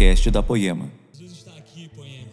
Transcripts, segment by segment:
podcast da Poema. Jesus está aqui, Poema.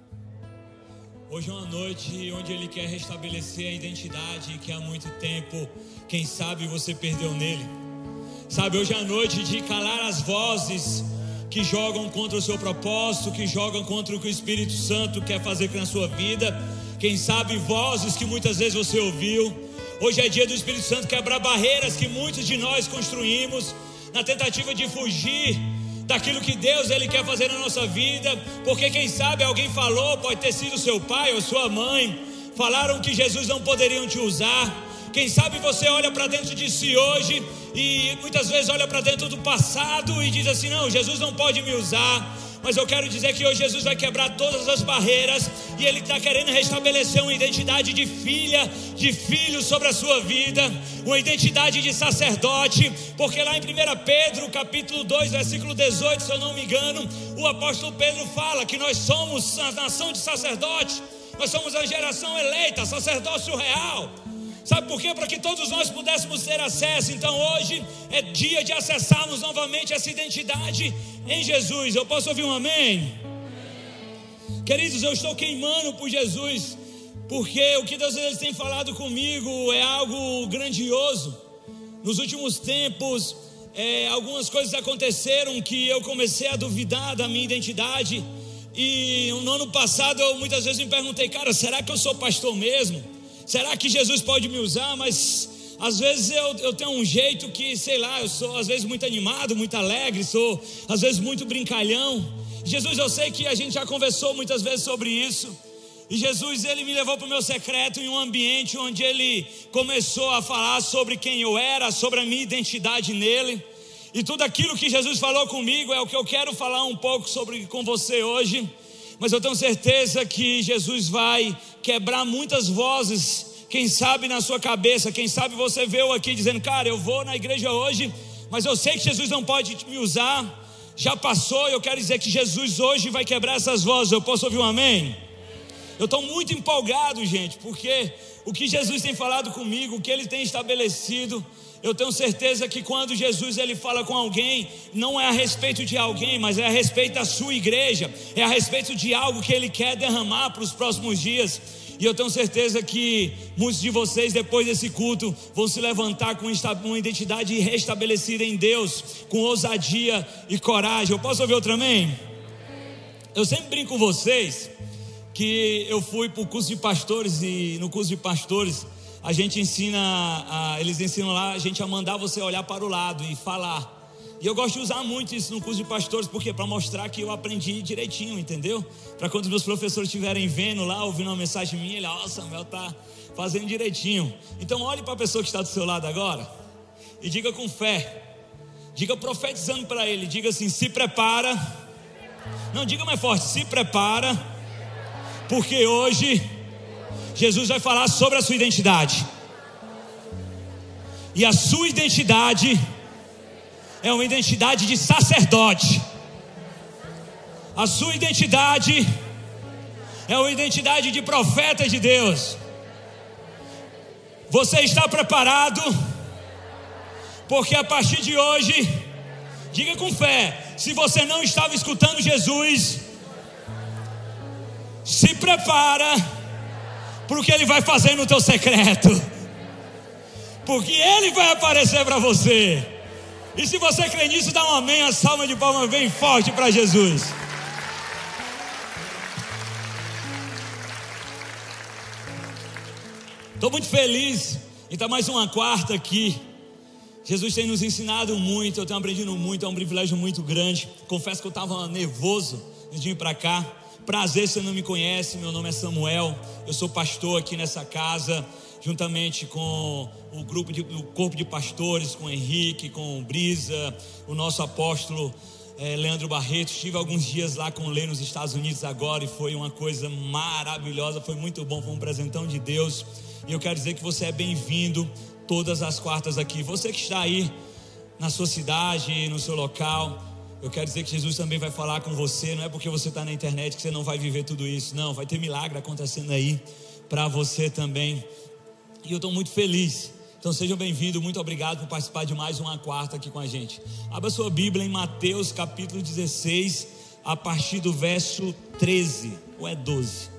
Hoje é uma noite onde Ele quer restabelecer a identidade que há muito tempo, quem sabe, você perdeu nele. Sabe, hoje é a noite de calar as vozes que jogam contra o seu propósito, que jogam contra o que o Espírito Santo quer fazer na sua vida. Quem sabe vozes que muitas vezes você ouviu. Hoje é dia do Espírito Santo quebrar barreiras que muitos de nós construímos na tentativa de fugir daquilo que Deus Ele quer fazer na nossa vida. Porque quem sabe alguém falou, pode ter sido seu pai ou sua mãe, falaram que Jesus não poderiam te usar. Quem sabe você olha para dentro de si hoje e muitas vezes olha para dentro do passado e diz assim: não, Jesus não pode me usar. Mas eu quero dizer que hoje Jesus vai quebrar todas as barreiras e Ele está querendo restabelecer uma identidade de filha, de filho sobre a sua vida, uma identidade de sacerdote, porque lá em 1 Pedro capítulo 2 versículo 18, se eu não me engano, o apóstolo Pedro fala que nós somos a nação de sacerdotes, nós somos a geração eleita, sacerdócio real. Sabe por quê? Para que todos nós pudéssemos ter acesso. Então hoje é dia de acessarmos novamente essa identidade em Jesus. Eu posso ouvir um amém? Queridos, eu estou queimando por Jesus, porque o que Deus tem falado comigo é algo grandioso. Nos últimos tempos, algumas coisas aconteceram que eu comecei a duvidar da minha identidade. E no ano passado eu muitas vezes me perguntei: cara, será que eu sou pastor mesmo? Será que Jesus pode me usar? Mas às vezes eu tenho um jeito que, sei lá, eu sou às vezes muito animado, muito alegre, sou às vezes muito brincalhão. Jesus, eu sei que a gente já conversou muitas vezes sobre isso. E Jesus, Ele me levou para o meu secreto em um ambiente onde Ele começou a falar sobre quem eu era, sobre a minha identidade nele. E tudo aquilo que Jesus falou comigo é o que eu quero falar um pouco sobre com você hoje. Mas eu tenho certeza que Jesus vai quebrar muitas vozes, quem sabe na sua cabeça. Quem sabe você veio aqui dizendo: cara, eu vou na igreja hoje, mas eu sei que Jesus não pode me usar, já passou. Eu quero dizer que Jesus hoje vai quebrar essas vozes. Eu posso ouvir um amém? Eu estou muito empolgado, gente, porque o que Jesus tem falado comigo, o que Ele tem estabelecido, eu tenho certeza que quando Jesus Ele fala com alguém, não é a respeito de alguém, mas é a respeito da sua igreja, é a respeito de algo que Ele quer derramar para os próximos dias. E eu tenho certeza que muitos de vocês, depois desse culto, vão se levantar com uma identidade restabelecida em Deus, com ousadia e coragem. Eu posso ouvir outro amém? Eu sempre brinco com vocês que eu fui para o curso de pastores, e no curso de pastores a gente ensina, eles ensinam lá a gente a mandar você olhar para o lado e falar. E eu gosto de usar muito isso no curso de pastores, porque para mostrar que eu aprendi direitinho, entendeu? Para quando os meus professores estiverem vendo lá, ouvindo uma mensagem minha, ele: ó, Samuel tá fazendo direitinho. Então olhe para a pessoa que está do seu lado agora e diga com fé, diga profetizando para ele, diga assim: se prepara. Não, diga mais forte: se prepara, porque hoje Jesus vai falar sobre a sua identidade. E a sua identidade é uma identidade de sacerdote. A sua identidade é uma identidade de profeta de Deus. Você está preparado? Porque a partir de hoje, diga com fé, se você não estava escutando Jesus, se prepara para o que Ele vai fazer no teu secreto, porque Ele vai aparecer para você. E se você crê nisso, dá um amém, a salva de palmas bem forte para Jesus. Estou muito feliz em estar mais uma quarta aqui. Jesus tem nos ensinado muito, eu tenho aprendido muito, é um privilégio muito grande. Confesso que eu estava nervoso antes de vir para cá. Prazer, se você não me conhece, meu nome é Samuel, eu sou pastor aqui nessa casa, juntamente com o corpo de pastores, com o Henrique, com o Brisa, o nosso apóstolo Leandro Barreto. Estive alguns dias lá com o Lê nos Estados Unidos agora e foi uma coisa maravilhosa, foi muito bom, foi um presentão de Deus. E eu quero dizer que você é bem-vindo todas as quartas aqui. Você que está aí na sua cidade, no seu local, eu quero dizer que Jesus também vai falar com você. Não é porque você está na internet que você não vai viver tudo isso. Não, vai ter milagre acontecendo aí para você também. E eu estou muito feliz. Então sejam bem-vindos, muito obrigado por participar de mais uma quarta aqui com a gente. Abra sua Bíblia em Mateus capítulo 16, a partir do verso 13, ou é 12?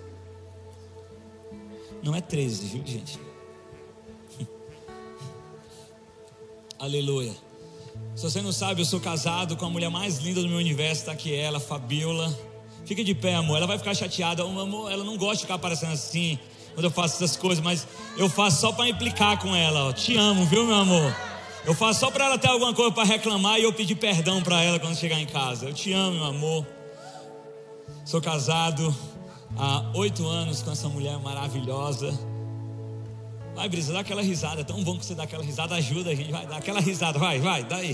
Não é 13, viu, gente? Aleluia. Se você não sabe, eu sou casado com a mulher mais linda do meu universo. Está aqui ela, Fabiola. Fica de pé, amor. Ela vai ficar chateada. Amor, ela não gosta de ficar aparecendo assim quando eu faço essas coisas, mas eu faço só para implicar com ela, ó. Te amo, viu, meu amor? Eu faço só para ela ter alguma coisa para reclamar e eu pedir perdão para ela quando chegar em casa. Eu te amo, meu amor. Sou casado há 8 anos com essa mulher maravilhosa. Vai, Brisa, dá aquela risada. É tão bom que você dá aquela risada. Ajuda a gente, vai, dá aquela risada. Vai, dá aí.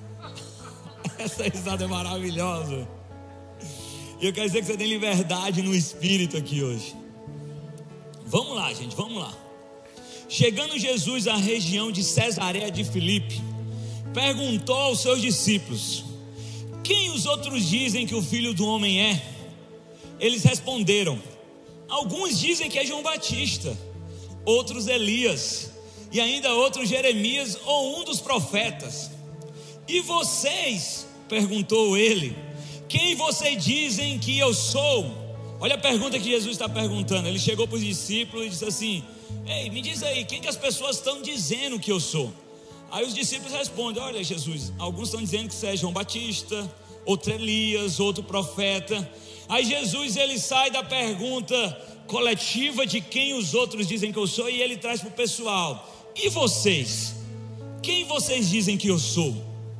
Essa risada é maravilhosa. E eu quero dizer que você tem liberdade no espírito aqui hoje. Vamos lá, gente, vamos lá. Chegando Jesus à região de Cesareia de Filipe, perguntou aos seus discípulos: quem os outros dizem que o Filho do Homem é? Eles responderam: alguns dizem que é João Batista, outros Elias, e ainda outros Jeremias ou um dos profetas. E vocês, perguntou ele, quem vocês dizem que eu sou? Olha a pergunta que Jesus está perguntando. Ele chegou para os discípulos e disse assim: ei, me diz aí, quem que as pessoas estão dizendo que eu sou? Aí os discípulos respondem: olha, Jesus, alguns estão dizendo que você é João Batista, outro Elias, outro profeta. Aí Jesus, ele sai da pergunta coletiva de quem os outros dizem que eu sou, e ele traz para o pessoal: e vocês? Quem vocês dizem que eu sou?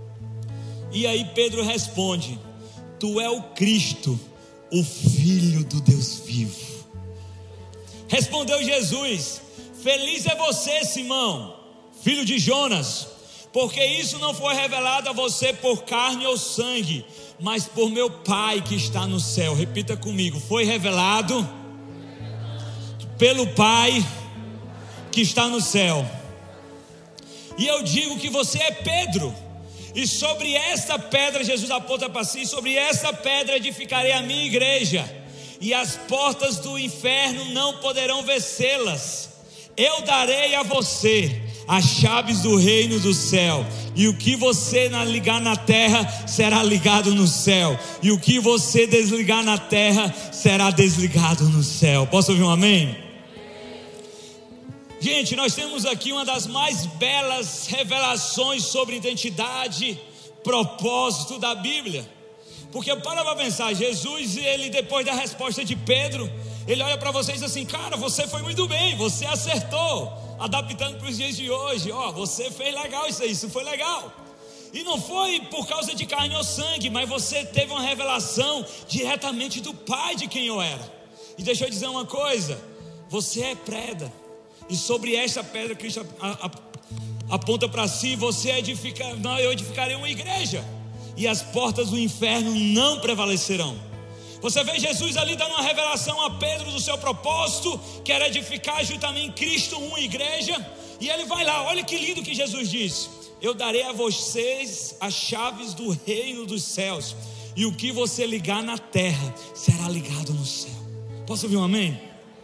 E aí Pedro responde: tu é o Cristo, o Filho do Deus vivo. Respondeu Jesus: feliz é você, Simão, filho de Jonas, porque isso não foi revelado a você por carne ou sangue, mas por meu Pai que está no céu. Repita comigo: foi revelado pelo Pai que está no céu. E eu digo que você é Pedro, e sobre esta pedra, Jesus aponta para si, sobre esta pedra edificarei a minha igreja, e as portas do inferno não poderão vencê-las. Eu darei a você as chaves do reino do céu, e o que você ligar na terra será ligado no céu, e o que você desligar na terra será desligado no céu. Posso ouvir um amém? Gente, nós temos aqui uma das mais belas revelações sobre identidade, propósito da Bíblia. Porque para pensar, Jesus, ele depois da resposta de Pedro, ele olha para você e diz assim: cara, você foi muito bem, você acertou, adaptando para os dias de hoje, ó, você fez legal isso foi legal. E não foi por causa de carne ou sangue, mas você teve uma revelação diretamente do Pai de quem eu era. E deixa eu dizer uma coisa: você é pedra, e sobre esta pedra Cristo aponta para si, eu edificarei uma igreja, e as portas do inferno não prevalecerão. Você vê Jesus ali dando uma revelação a Pedro do seu propósito, que era edificar juntamente em Cristo uma igreja. E ele vai lá, olha que lindo que Jesus diz: eu darei a vocês as chaves do reino dos céus, e o que você ligar na terra será ligado no céu. Posso ouvir um amém?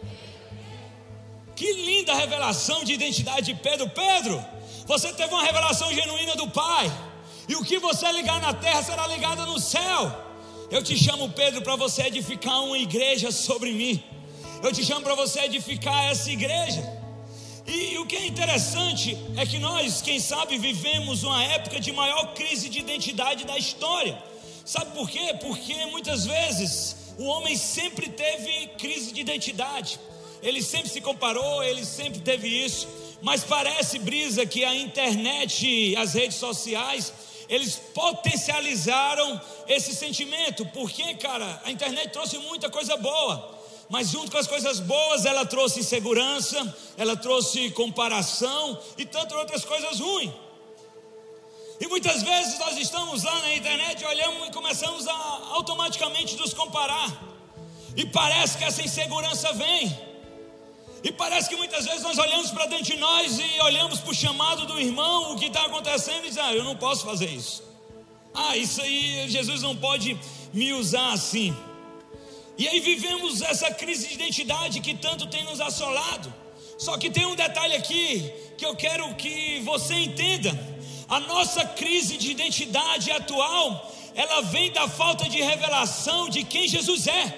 Que linda revelação de identidade de Pedro. Pedro, você teve uma revelação genuína do Pai, e o que você ligar na terra será ligado no céu. Eu te chamo, Pedro, para você edificar uma igreja sobre mim. Eu te chamo para você edificar essa igreja. E o que é interessante é que nós, quem sabe, vivemos uma época de maior crise de identidade da história. Sabe por quê? Porque muitas vezes o homem sempre teve crise de identidade. Ele sempre se comparou, ele sempre teve isso. Mas parece, Brisa, que a internet e as redes sociais, eles potencializaram esse sentimento. Porque, cara, a internet trouxe muita coisa boa, mas junto com as coisas boas, ela trouxe insegurança, ela trouxe comparação e tantas outras coisas ruins. E muitas vezes nós estamos lá na internet, olhamos e começamos a automaticamente nos comparar. E parece que essa insegurança vem. E parece que muitas vezes nós olhamos para dentro de nós e olhamos para o chamado do irmão, o que está acontecendo, e dizemos: eu não posso fazer isso. Isso aí, Jesus não pode me usar assim. E aí vivemos essa crise de identidade que tanto tem nos assolado. Só que tem um detalhe aqui que eu quero que você entenda. A nossa crise de identidade atual, ela vem da falta de revelação de quem Jesus é.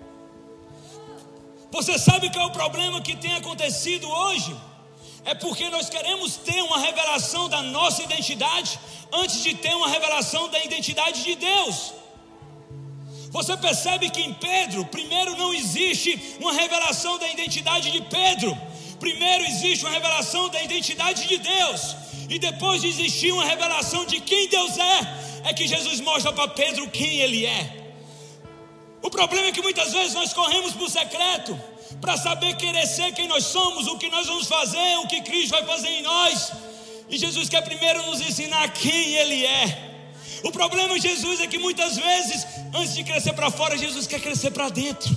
Você sabe qual é o problema que tem acontecido hoje? É porque nós queremos ter uma revelação da nossa identidade antes de ter uma revelação da identidade de Deus. Você percebe que em Pedro, primeiro não existe uma revelação da identidade de Pedro. Primeiro existe uma revelação da identidade de Deus. E depois de existir uma revelação de quem Deus é que Jesus mostra para Pedro quem ele é. O problema é que muitas vezes nós corremos por secreto para saber querer ser quem nós somos, o que nós vamos fazer, o que Cristo vai fazer em nós. E Jesus quer primeiro nos ensinar quem Ele é. O problema de Jesus é que muitas vezes, antes de crescer para fora, Jesus quer crescer para dentro.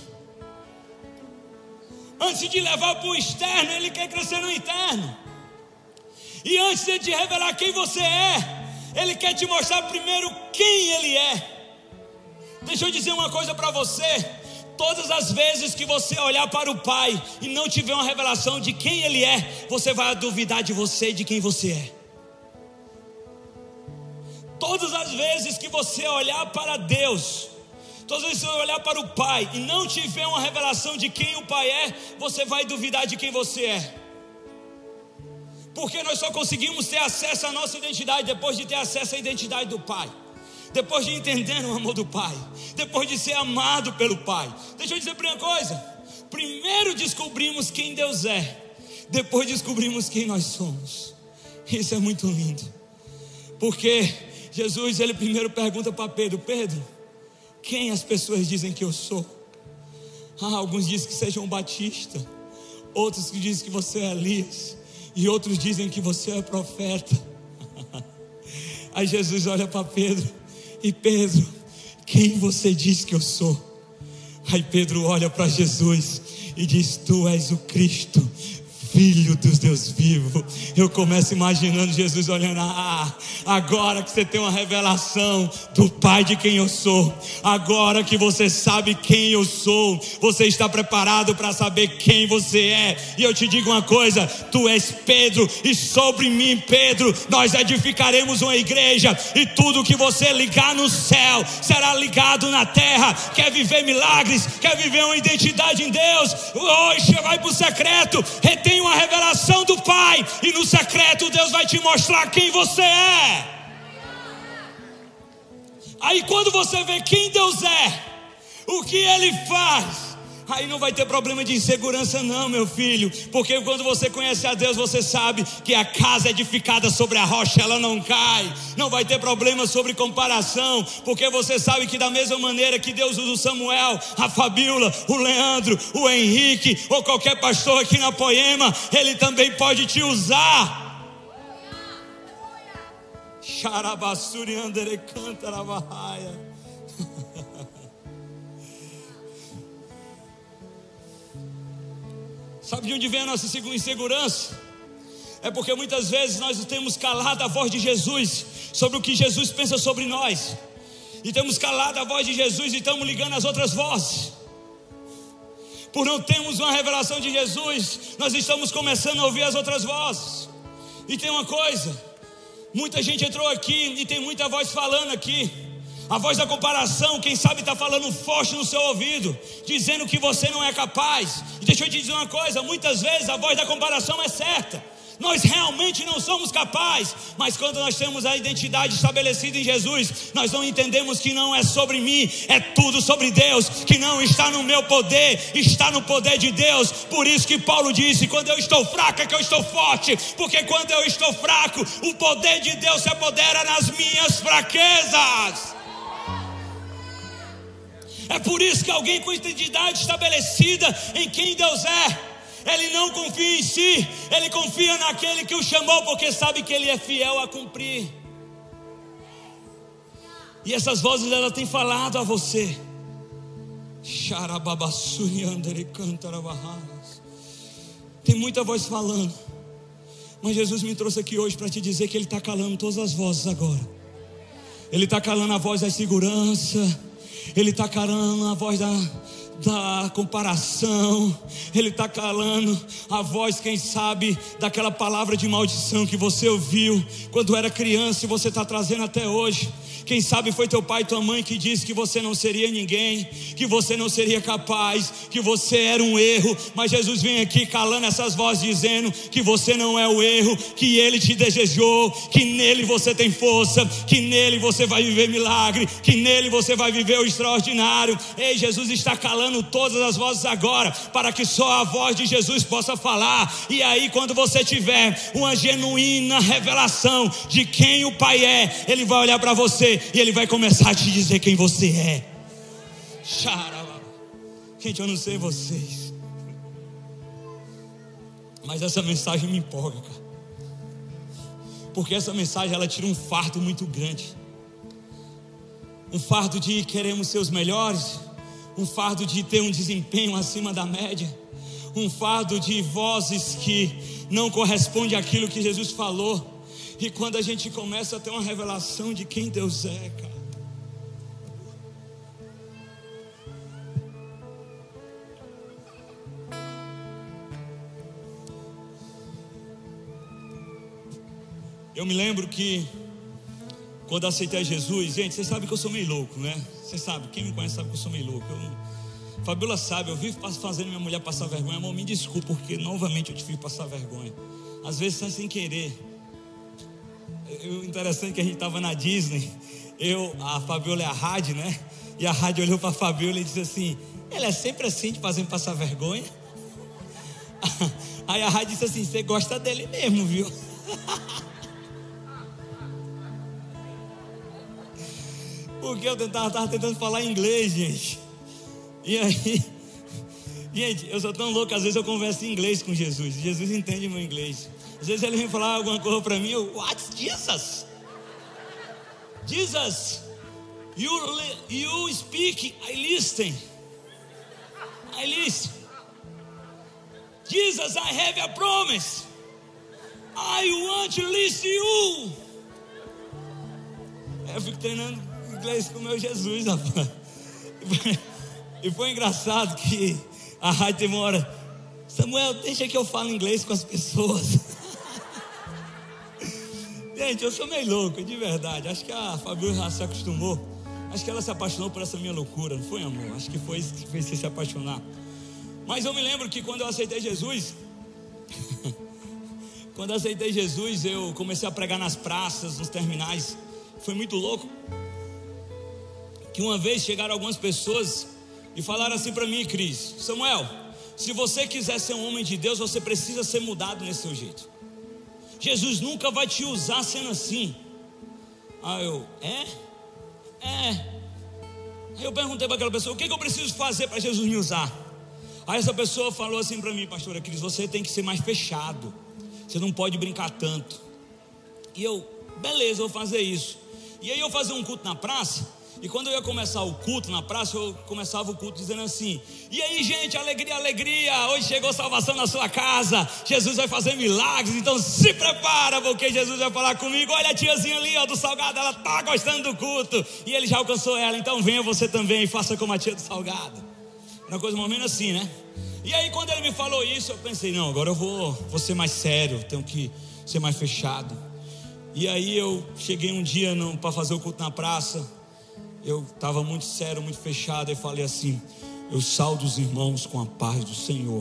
Antes de levar para o externo, Ele quer crescer no interno. E antes de te revelar quem você é, Ele quer te mostrar primeiro quem Ele é. Deixa eu dizer uma coisa para você. Todas as vezes que você olhar para o Pai e não tiver uma revelação de quem Ele é, você vai duvidar de você e de quem você é. Todas as vezes que você olhar para Deus, todas as vezes que você olhar para o Pai e não tiver uma revelação de quem o Pai é, você vai duvidar de quem você é. Porque nós só conseguimos ter acesso à nossa identidade depois de ter acesso à identidade do Pai. Depois de entender o amor do Pai, depois de ser amado pelo Pai. Deixa eu dizer uma coisa. Primeiro descobrimos quem Deus é, depois descobrimos quem nós somos. Isso é muito lindo. Porque Jesus, ele primeiro pergunta para Pedro: Pedro, quem as pessoas dizem que eu sou? Alguns dizem que você é João Batista, outros que dizem que você é Elias, e outros dizem que você é profeta. Aí Jesus olha para Pedro: e Pedro, quem você diz que eu sou? Aí Pedro olha para Jesus e diz: tu és o Cristo, Filho dos Deus vivo. Eu começo imaginando Jesus olhando: agora que você tem uma revelação do Pai de quem eu sou, agora que você sabe quem eu sou, você está preparado para saber quem você é. E eu te digo uma coisa: tu és Pedro, e sobre mim, Pedro, nós edificaremos uma igreja, e tudo que você ligar no céu será ligado na terra. Quer viver milagres? Quer viver uma identidade em Deus? Hoje vai para o secreto, retém uma revelação do Pai, e no secreto Deus vai te mostrar quem você é. Aí quando você vê quem Deus é, o que Ele faz, aí não vai ter problema de insegurança não, meu filho. Porque quando você conhece a Deus, você sabe que a casa edificada sobre a rocha, ela não cai. Não vai ter problema sobre comparação, porque você sabe que da mesma maneira que Deus usa o Samuel, a Fabíola, o Leandro, o Henrique, ou qualquer pastor aqui na Poema, Ele também pode te usar. Xarabassuri andere canta na barraia. Sabe de onde vem a nossa insegurança? É porque muitas vezes nós temos calado a voz de Jesus sobre o que Jesus pensa sobre nós, e temos calado a voz de Jesus e estamos ligando as outras vozes. Por não termos uma revelação de Jesus, nós estamos começando a ouvir as outras vozes. E tem uma coisa: muita gente entrou aqui e tem muita voz falando aqui. A voz da comparação, quem sabe está falando forte no seu ouvido, dizendo que você não é capaz. E deixa eu te dizer uma coisa: muitas vezes a voz da comparação é certa. Nós realmente não somos capazes. Mas quando nós temos a identidade estabelecida em Jesus, nós não entendemos que não é sobre mim, é tudo sobre Deus. Que não está no meu poder, está no poder de Deus. Por isso que Paulo disse: quando eu estou fraco é que eu estou forte. Porque quando eu estou fraco, o poder de Deus se apodera nas minhas fraquezas. É por isso que alguém com identidade estabelecida em quem Deus é, ele não confia em si, ele confia naquele que o chamou, porque sabe que ele é fiel a cumprir. E essas vozes, elas têm falado a você. Tem muita voz falando, mas Jesus me trouxe aqui hoje para te dizer que Ele está calando todas as vozes agora. Ele está calando a voz da insegurança, Ele está calando a voz da comparação, Ele está calando a voz, quem sabe, daquela palavra de maldição que você ouviu quando era criança e você está trazendo até hoje. Quem sabe foi teu pai e tua mãe que disse que você não seria ninguém, que você não seria capaz, que você era um erro. Mas Jesus vem aqui calando essas vozes, dizendo que você não é o erro, que Ele te desejou, que nele você tem força, que nele você vai viver milagre, que nele você vai viver o extraordinário. Ei, Jesus está calando todas as vozes agora, para que só a voz de Jesus possa falar. E aí, quando você tiver uma genuína revelação de quem o Pai é, Ele vai olhar para você e Ele vai começar a te dizer quem você é. Gente, eu não sei vocês, mas essa mensagem me empolga, cara. Porque essa mensagem, ela tira um fardo muito grande. Um fardo de queremos ser os melhores, um fardo de ter um desempenho acima da média, um fardo de vozes que não correspondem àquilo que Jesus falou. E quando a gente começa a ter uma revelação de quem Deus é, cara, eu me lembro que quando aceitei Jesus, gente, vocês sabem que eu sou meio louco, né? Vocês sabem, quem me conhece sabe que eu sou meio louco. Fabiola sabe, eu vivo fazendo minha mulher passar vergonha. Amor, me desculpa, porque novamente eu te fiz passar vergonha. Às vezes sai sem querer. O interessante é que a gente estava na Disney, a Fabiola é a Rádio, né? E a Rádio olhou para a Fabiola e disse assim: ela é sempre assim, de fazer passar vergonha. Aí a Rádio disse assim: você gosta dele mesmo, viu? Porque eu estava tentando falar inglês, gente. E aí, gente, eu sou tão louco, às vezes eu converso em inglês com Jesus. Jesus entende meu inglês. Às vezes ele vem falar alguma coisa para mim, eu, what's Jesus? Jesus, you speak, I listen. Jesus, I have a promise. I want to listen to you. Eu fico treinando inglês com o meu Jesus, rapaz. E foi engraçado que a rádio teve uma hora: Samuel, deixa que eu falo inglês com as pessoas. Gente, eu sou meio louco, de verdade. Acho que a Fabiola já se acostumou. Acho que ela se apaixonou por essa minha loucura, não foi, amor? Acho que foi isso que fez você se apaixonar. Mas eu me lembro que quando eu aceitei Jesus, eu comecei a pregar nas praças, nos terminais. Foi muito louco. Que uma vez chegaram algumas pessoas e falaram assim para mim: Cris, Samuel, se você quiser ser um homem de Deus, você precisa ser mudado nesse seu jeito. Jesus nunca vai te usar sendo assim. Aí eu, Aí eu perguntei para aquela pessoa: o que eu preciso fazer para Jesus me usar? Aí essa pessoa falou assim para mim: pastora Cris, você tem que ser mais fechado, você não pode brincar tanto. E eu, beleza, eu vou fazer isso. E aí eu fazia um culto na praça. E quando eu ia começar o culto na praça, eu começava o culto dizendo assim: e aí, gente, alegria, alegria, hoje chegou salvação na sua casa, Jesus vai fazer milagres, então se prepara, porque Jesus vai falar comigo. Olha a tiazinha ali, ó, do salgado, ela tá gostando do culto, e ele já alcançou ela, então venha você também e faça como a tia do salgado. Uma coisa mais ou menos assim, né? E aí quando ele me falou isso, eu pensei: não, agora eu vou ser mais sério, tenho que ser mais fechado. E aí eu cheguei um dia para fazer o culto na praça. Eu estava muito sério, muito fechado, e falei assim: eu saúdo os irmãos com a paz do Senhor.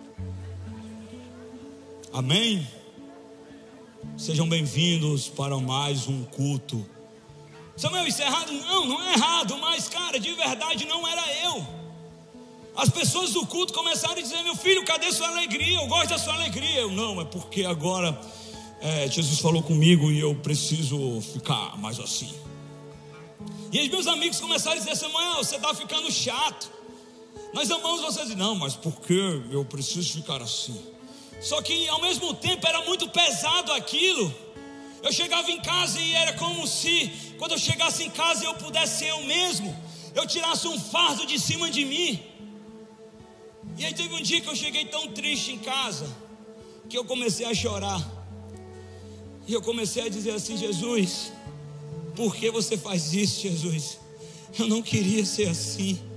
Amém? Sejam bem-vindos para mais um culto. Samuel, isso é errado? Não, não é errado, mas cara, de verdade não era eu. As pessoas do culto começaram a dizer: meu filho, cadê sua alegria? Eu gosto da sua alegria. Eu, não, é porque agora Jesus falou comigo e eu preciso ficar mais assim. E os meus amigos começaram a dizer: Samuel, você está ficando chato. Nós amamos vocês. Não, mas por que eu preciso ficar assim? Só que ao mesmo tempo era muito pesado aquilo. Eu chegava em casa e era como se, quando eu chegasse em casa, eu pudesse ser eu mesmo. Eu tirasse um fardo de cima de mim. E aí teve um dia que eu cheguei tão triste em casa, que eu comecei a chorar. E eu comecei a dizer assim: Jesus, por que você faz isso, Jesus? Eu não queria ser assim.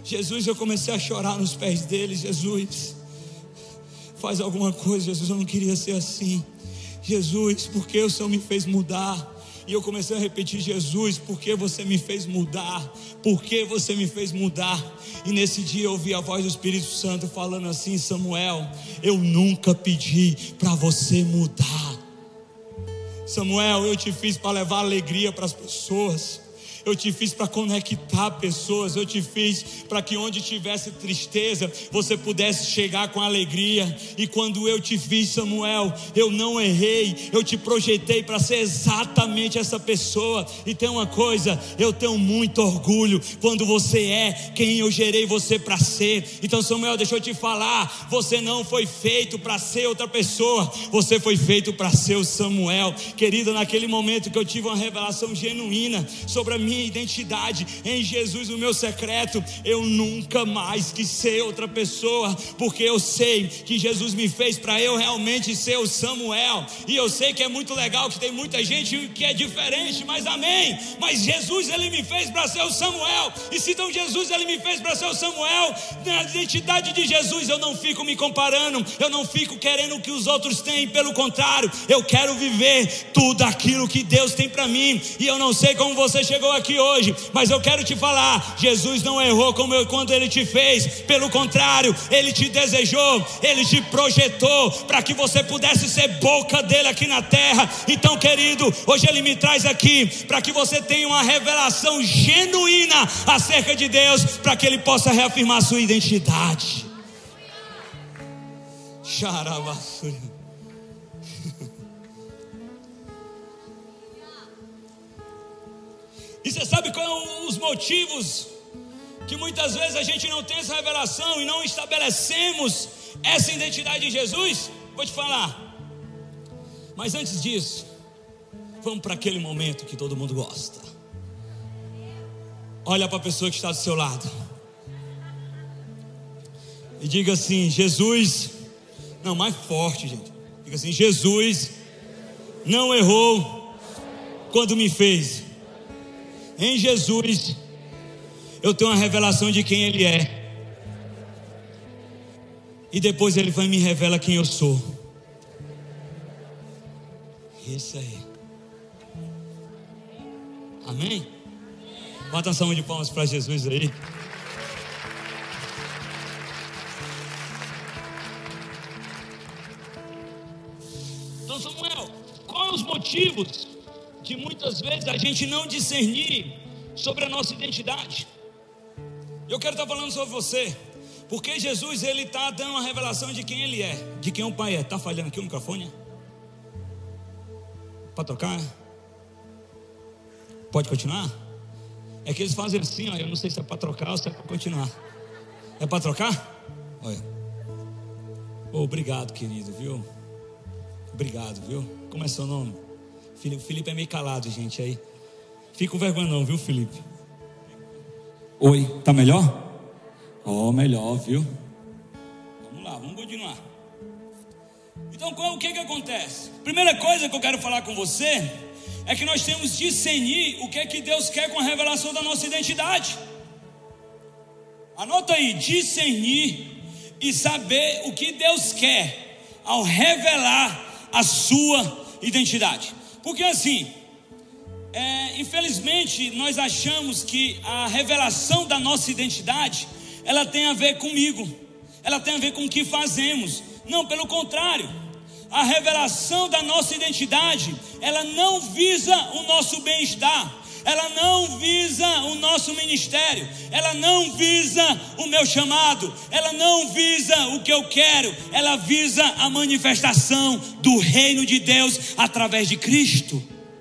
Jesus, eu comecei a chorar nos pés dele. Jesus, faz alguma coisa. Jesus, eu não queria ser assim. Jesus, por que o Senhor me fez mudar? E eu comecei a repetir: Jesus, por que você me fez mudar? Por que você me fez mudar? E nesse dia eu ouvi a voz do Espírito Santo falando assim: Samuel, eu nunca pedi para você mudar. Samuel, eu te fiz para levar alegria para as pessoas. Eu te fiz para conectar pessoas. Eu te fiz para que onde tivesse tristeza, você pudesse chegar com alegria. E quando eu te fiz, Samuel, eu não errei. Eu te projetei para ser exatamente essa pessoa. E tem uma coisa, eu tenho muito orgulho quando você é quem eu gerei você para ser. Então, Samuel, deixa eu te falar, você não foi feito para ser outra pessoa. Você foi feito para ser o Samuel. Querida, naquele momento que eu tive uma revelação genuína sobre a minha identidade em Jesus, o meu secreto, eu nunca mais quis ser outra pessoa, porque eu sei que Jesus me fez para eu realmente ser o Samuel. E eu sei que é muito legal, que tem muita gente que é diferente, mas amém, mas Jesus, ele me fez para ser o Samuel. E se então Jesus, ele me fez para ser o Samuel, na identidade de Jesus, eu não fico me comparando, eu não fico querendo o que os outros têm. Pelo contrário, eu quero viver tudo aquilo que Deus tem para mim. E eu não sei como você chegou aqui hoje, mas eu quero te falar: Jesus não errou quando ele te fez. Pelo contrário, ele te desejou, ele te projetou para que você pudesse ser boca dele aqui na terra. Então, querido, hoje ele me traz aqui para que você tenha uma revelação genuína acerca de Deus, para que ele possa reafirmar a sua identidade. Xarabasura. E você sabe quais são os motivos que muitas vezes a gente não tem essa revelação e não estabelecemos essa identidade em Jesus? Vou te falar. Mas antes disso, vamos para aquele momento que todo mundo gosta. Olha para a pessoa que está do seu lado e diga assim: Jesus, não, mais forte, gente. Diga assim: Jesus não errou quando me fez. Em Jesus eu tenho uma revelação de quem ele é, e depois ele vai me revela quem eu sou. Isso aí. Amém? Bota uma salva de palmas para Jesus aí. Então, Samuel, quais os motivos de muitas vezes a gente não discernir sobre a nossa identidade? Eu quero estar falando sobre você, porque Jesus, ele está dando uma revelação de quem ele é, de quem o Pai é. Está falhando aqui o microfone? Para tocar? Pode continuar? É que eles fazem assim, ó, eu não sei se é para trocar ou se é para continuar. É para trocar? Olha. Obrigado, querido, viu? Obrigado, viu? Como é seu nome? Felipe é meio calado, gente, aí. Fica com vergonha não, viu, Felipe? Oi, tá melhor? Melhor, viu? Vamos lá, vamos continuar. Então, o que acontece? Primeira coisa que eu quero falar com você é que nós temos que discernir o que Deus quer com a revelação da nossa identidade. Anota aí: discernir e saber o que Deus quer ao revelar a sua identidade. Porque assim, infelizmente nós achamos que a revelação da nossa identidade, ela tem a ver comigo, ela tem a ver com o que fazemos. Não, pelo contrário, a revelação da nossa identidade, ela não visa o nosso bem-estar, ela não visa o nosso ministério, ela não visa o meu chamado, ela não visa o que eu quero, ela visa a manifestação do reino de Deus através de Cristo.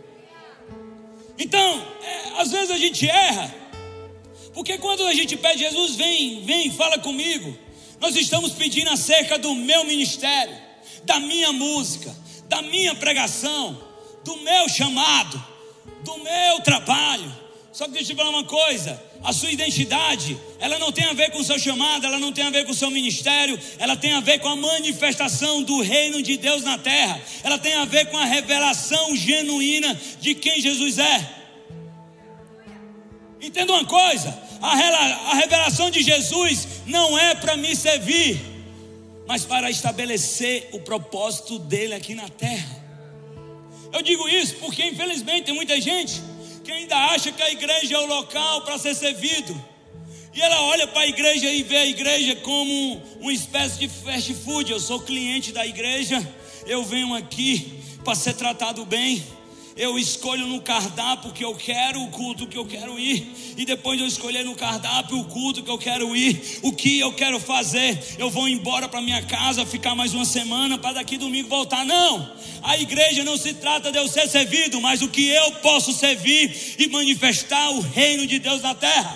Então, às vezes a gente erra, porque quando a gente pede: Jesus, vem, fala comigo, nós estamos pedindo acerca do meu ministério, da minha música, da minha pregação, do meu chamado, do meu trabalho. Só que deixa eu te falar uma coisa: a sua identidade, ela não tem a ver com o seu chamado, ela não tem a ver com o seu ministério, ela tem a ver com a manifestação do reino de Deus na terra, ela tem a ver com a revelação genuína de quem Jesus é. Entenda uma coisa: A revelação de Jesus não é para me servir, mas para estabelecer o propósito dele aqui na terra. Eu digo isso porque infelizmente tem muita gente que ainda acha que a igreja é o local para ser servido, e ela olha para a igreja e vê a igreja como uma espécie de fast food. Eu sou cliente da igreja, eu venho aqui para ser tratado bem, eu escolho no cardápio que eu quero, o culto que eu quero ir, e depois de eu escolher no cardápio o culto que eu quero ir, o que eu quero fazer, eu vou embora para minha casa, ficar mais uma semana para daqui domingo voltar. Não, a igreja não se trata de eu ser servido, mas o que eu posso servir e manifestar o reino de Deus na terra.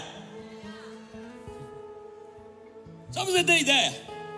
Só para você ter ideia,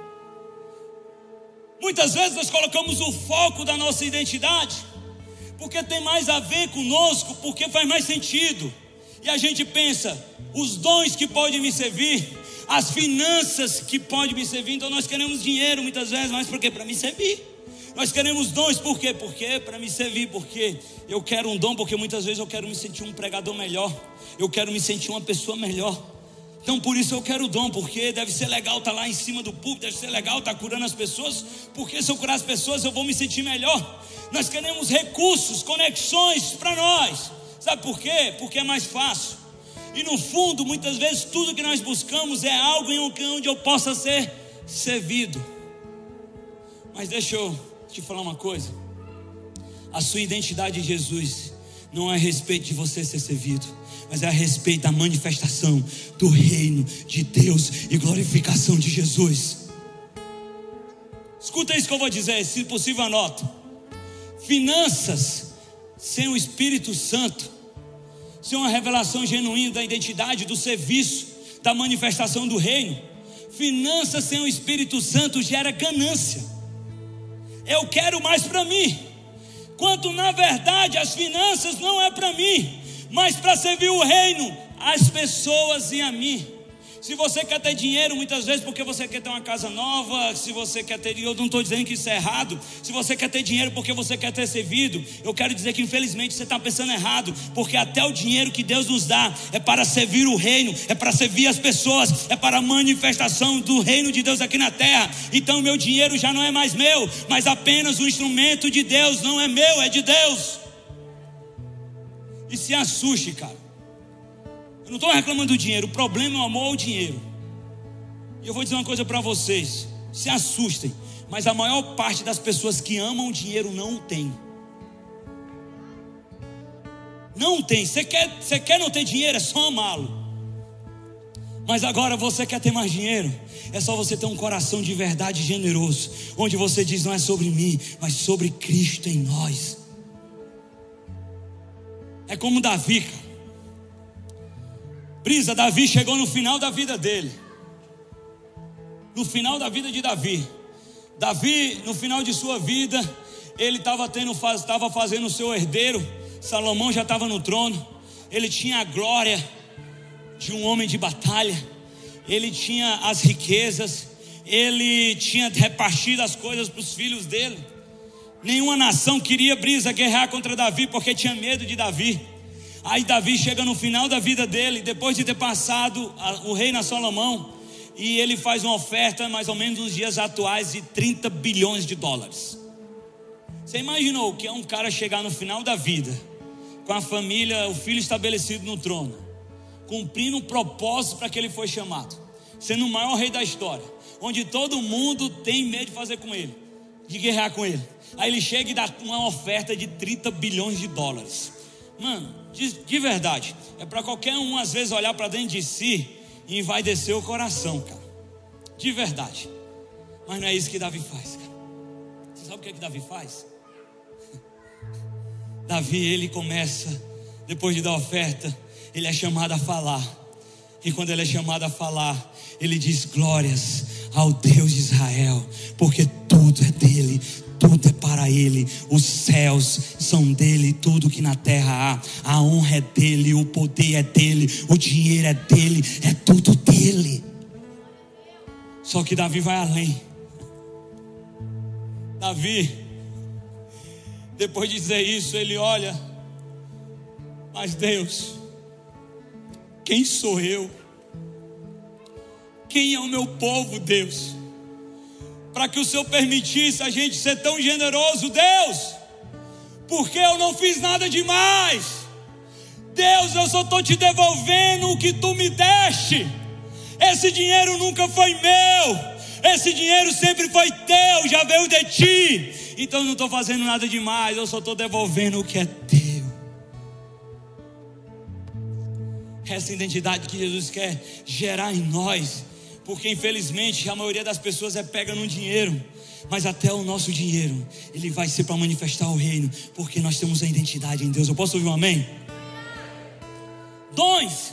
muitas vezes nós colocamos o foco da nossa identidade porque tem mais a ver conosco, porque faz mais sentido, e a gente pensa, os dons que podem me servir, as finanças que podem me servir. Então nós queremos dinheiro muitas vezes, mas por quê? Para me servir. Nós queremos dons, por quê? Porque para me servir, porque eu quero um dom, porque muitas vezes eu quero me sentir um pregador melhor, eu quero me sentir uma pessoa melhor. Então por isso eu quero o dom, porque deve ser legal estar lá em cima do púlpito, deve ser legal estar curando as pessoas, porque se eu curar as pessoas eu vou me sentir melhor. Nós queremos recursos, conexões para nós. Sabe por quê? Porque é mais fácil. E no fundo, muitas vezes, tudo que nós buscamos é algo em onde eu possa ser servido. Mas deixa eu te falar uma coisa. A sua identidade em Jesus não é a respeito de você ser servido, mas é a respeito da manifestação do reino de Deus e glorificação de Jesus. Escuta isso que eu vou dizer, se possível anota. Finanças sem o Espírito Santo, sem uma revelação genuína da identidade, do serviço, da manifestação do reino. Finanças sem o Espírito Santo gera ganância. Eu quero mais para mim, quando na verdade as finanças não é para mim, mas para servir o reino, as pessoas e a mim. Se você quer ter dinheiro muitas vezes porque você quer ter uma casa nova, se você quer ter, eu não estou dizendo que isso é errado. Se você quer ter dinheiro porque você quer ter servido, eu quero dizer que infelizmente você está pensando errado, porque até o dinheiro que Deus nos dá é para servir o reino, é para servir as pessoas, é para a manifestação do reino de Deus aqui na terra. Então meu dinheiro já não é mais meu, mas apenas um instrumento de Deus. Não é meu, é de Deus. E se assuste, cara. Eu não estou reclamando do dinheiro, o problema é o amor ao dinheiro. E eu vou dizer uma coisa para vocês, se assustem, mas a maior parte das pessoas que amam o dinheiro não o tem. Não tem. Você quer não ter dinheiro, é só amá-lo. Mas agora você quer ter mais dinheiro, é só você ter um coração de verdade generoso, onde você diz, não é sobre mim, mas sobre Cristo em nós. É como Davi, cara. Brisa, Davi chegou no final da vida dele. No final da vida de Davi. Davi, no final de sua vida, ele estava fazendo o seu herdeiro. Salomão já estava no trono. Ele tinha a glória de um homem de batalha. Ele tinha as riquezas. Ele tinha repartido as coisas para os filhos dele. Nenhuma nação queria, Brisa, guerrear contra Davi, porque tinha medo de Davi. Aí Davi chega no final da vida dele, depois de ter passado o reino a Salomão, e ele faz uma oferta, mais ou menos nos dias atuais, de 30 bilhões de dólares. Você imaginou o que é um cara chegar no final da vida, com a família, o filho estabelecido no trono, cumprindo o propósito para que ele foi chamado, sendo o maior rei da história, onde todo mundo tem medo de fazer com ele, de guerrear com ele. Aí ele chega e dá uma oferta de 30 bilhões de dólares. Mano, de verdade, é para qualquer um às vezes olhar para dentro de si e vai descer o coração, cara. De verdade. Mas não é isso que Davi faz, cara. Você sabe o que é que Davi faz? Davi, ele começa, depois de dar oferta, ele é chamado a falar. E quando ele é chamado a falar, ele diz glórias ao Deus de Israel, porque tudo é dele, tudo é para ele, os céus são dele, tudo que na terra há, a honra é dele, o poder é dele, o dinheiro é dele, é tudo dele. Só que Davi vai além. Davi, depois de dizer isso, ele olha, mas Deus, quem sou eu Quem é o meu povo, Deus? Para que o Senhor permitisse a gente ser tão generoso, Deus, porque eu não fiz nada demais. Deus, eu só estou te devolvendo o que tu me deste. Esse dinheiro nunca foi meu, esse dinheiro sempre foi teu, já veio de ti. Então eu não estou fazendo nada demais, eu só estou devolvendo o que é teu. Essa identidade que Jesus quer gerar em nós, porque infelizmente a maioria das pessoas é pega no dinheiro, mas até o nosso dinheiro, ele vai ser para manifestar o reino, porque nós temos a identidade em Deus. Eu posso ouvir um amém? Dons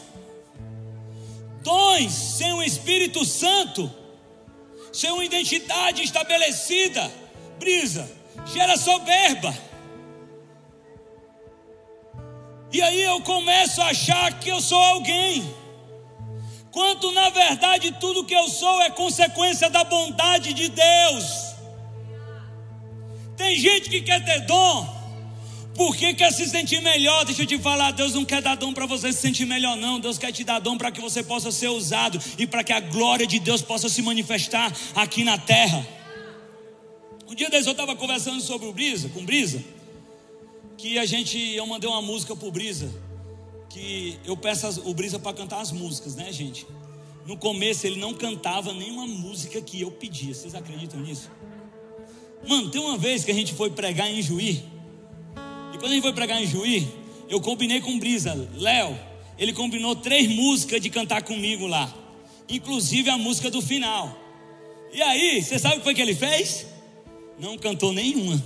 sem o Espírito Santo, sem uma identidade estabelecida, brisa, gera soberba. E aí eu começo a achar que eu sou alguém, quando na verdade tudo que eu sou é consequência da bondade de Deus. Tem gente que quer ter dom porque quer se sentir melhor. Deixa eu te falar, Deus não quer dar dom para você se sentir melhor não. Deus quer te dar dom para que você possa ser usado e para que a glória de Deus possa se manifestar aqui na terra. Um dia desse eu estava conversando sobre o Brisa, com o Brisa, que eu mandei uma música pro Brisa, que eu peço o Brisa para cantar as músicas, né, gente? No começo ele não cantava nenhuma música que eu pedia. Vocês acreditam nisso? Mano, tem uma vez que a gente foi pregar em Juí, e quando a gente foi pregar em Juí, eu combinei com o Brisa, Léo, ele combinou 3 músicas de cantar comigo lá, inclusive a música do final. E aí, você sabe o que foi que ele fez? Não cantou nenhuma.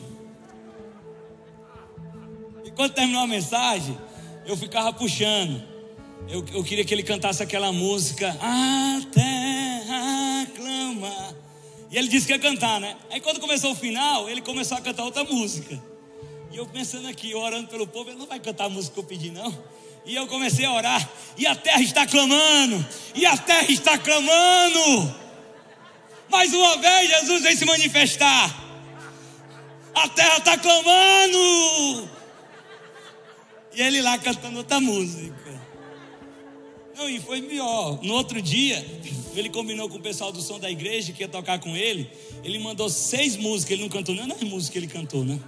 E quando terminou a mensagem, eu ficava puxando. Eu queria que ele cantasse aquela música, A Terra Clama. E ele disse que ia cantar, né? Aí quando começou o final, ele começou a cantar outra música. E eu pensando aqui, orando pelo povo, ele não vai cantar a música que eu pedi não. E eu comecei a orar, e a terra está clamando, e a terra está clamando. Mais uma vez Jesus vem se manifestar. A terra está clamando. E ele lá cantando outra música. Não, e foi pior. No outro dia, ele combinou com o pessoal do som da igreja que ia tocar com ele. Ele mandou 6 músicas. Ele não cantou nem as músicas que ele cantou, né?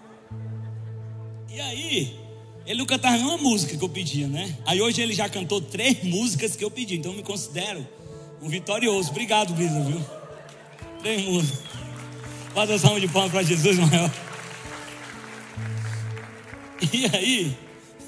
E aí, ele não cantava nenhuma música que eu pedia, né? Aí hoje ele já cantou 3 músicas que eu pedi. Então eu me considero um vitorioso. Obrigado, Brisa, viu? 3 músicas. Faz a salva de palmas para Jesus maior. E aí,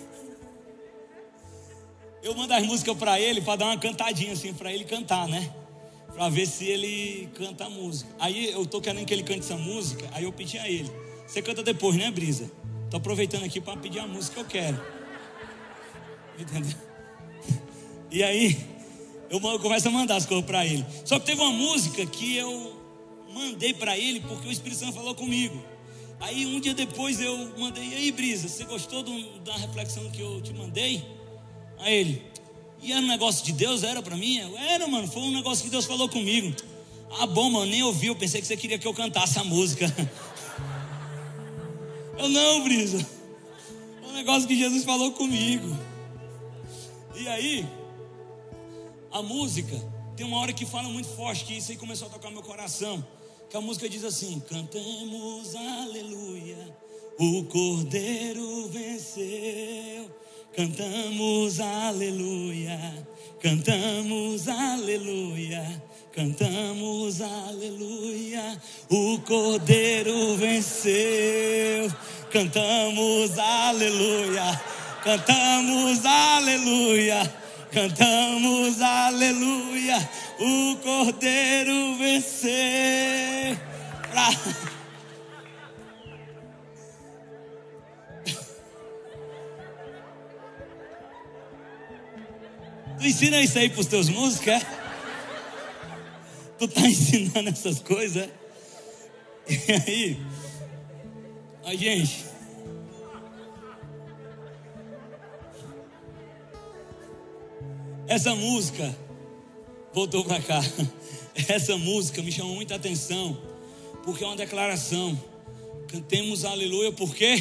eu mando as músicas para ele, para dar uma cantadinha assim, para ele cantar, né? Para ver se ele canta a música. Aí eu tô querendo que ele cante essa música. Aí eu pedi a ele, você canta depois, né, Brisa? Tô aproveitando aqui para pedir a música que eu quero. Entendeu? E aí eu começo a mandar as coisas para ele. Só que teve uma música que eu mandei para ele porque o Espírito Santo falou comigo. Aí um dia depois eu mandei, e aí, Brisa, você gostou da reflexão que eu te mandei? Aí ele, e era um negócio de Deus? Era pra mim? Era, mano, foi um negócio que Deus falou comigo. Ah, bom, mano, nem ouvi, eu pensei que você queria que eu cantasse a música. Eu não, Brisa, é um negócio que Jesus falou comigo. E aí, a música, tem uma hora que fala muito forte, que isso aí começou a tocar meu coração, que a música diz assim, cantemos aleluia, o Cordeiro venceu. Cantamos aleluia, cantamos aleluia, cantamos aleluia, o Cordeiro venceu. Cantamos aleluia, cantamos aleluia, cantamos aleluia, o Cordeiro venceu. Tu ensina isso aí pros teus músicos, é? Tu tá ensinando essas coisas, é? E aí, a gente, essa música, voltou pra cá. Essa música me chamou muita atenção, porque é uma declaração. Cantemos aleluia, por quê?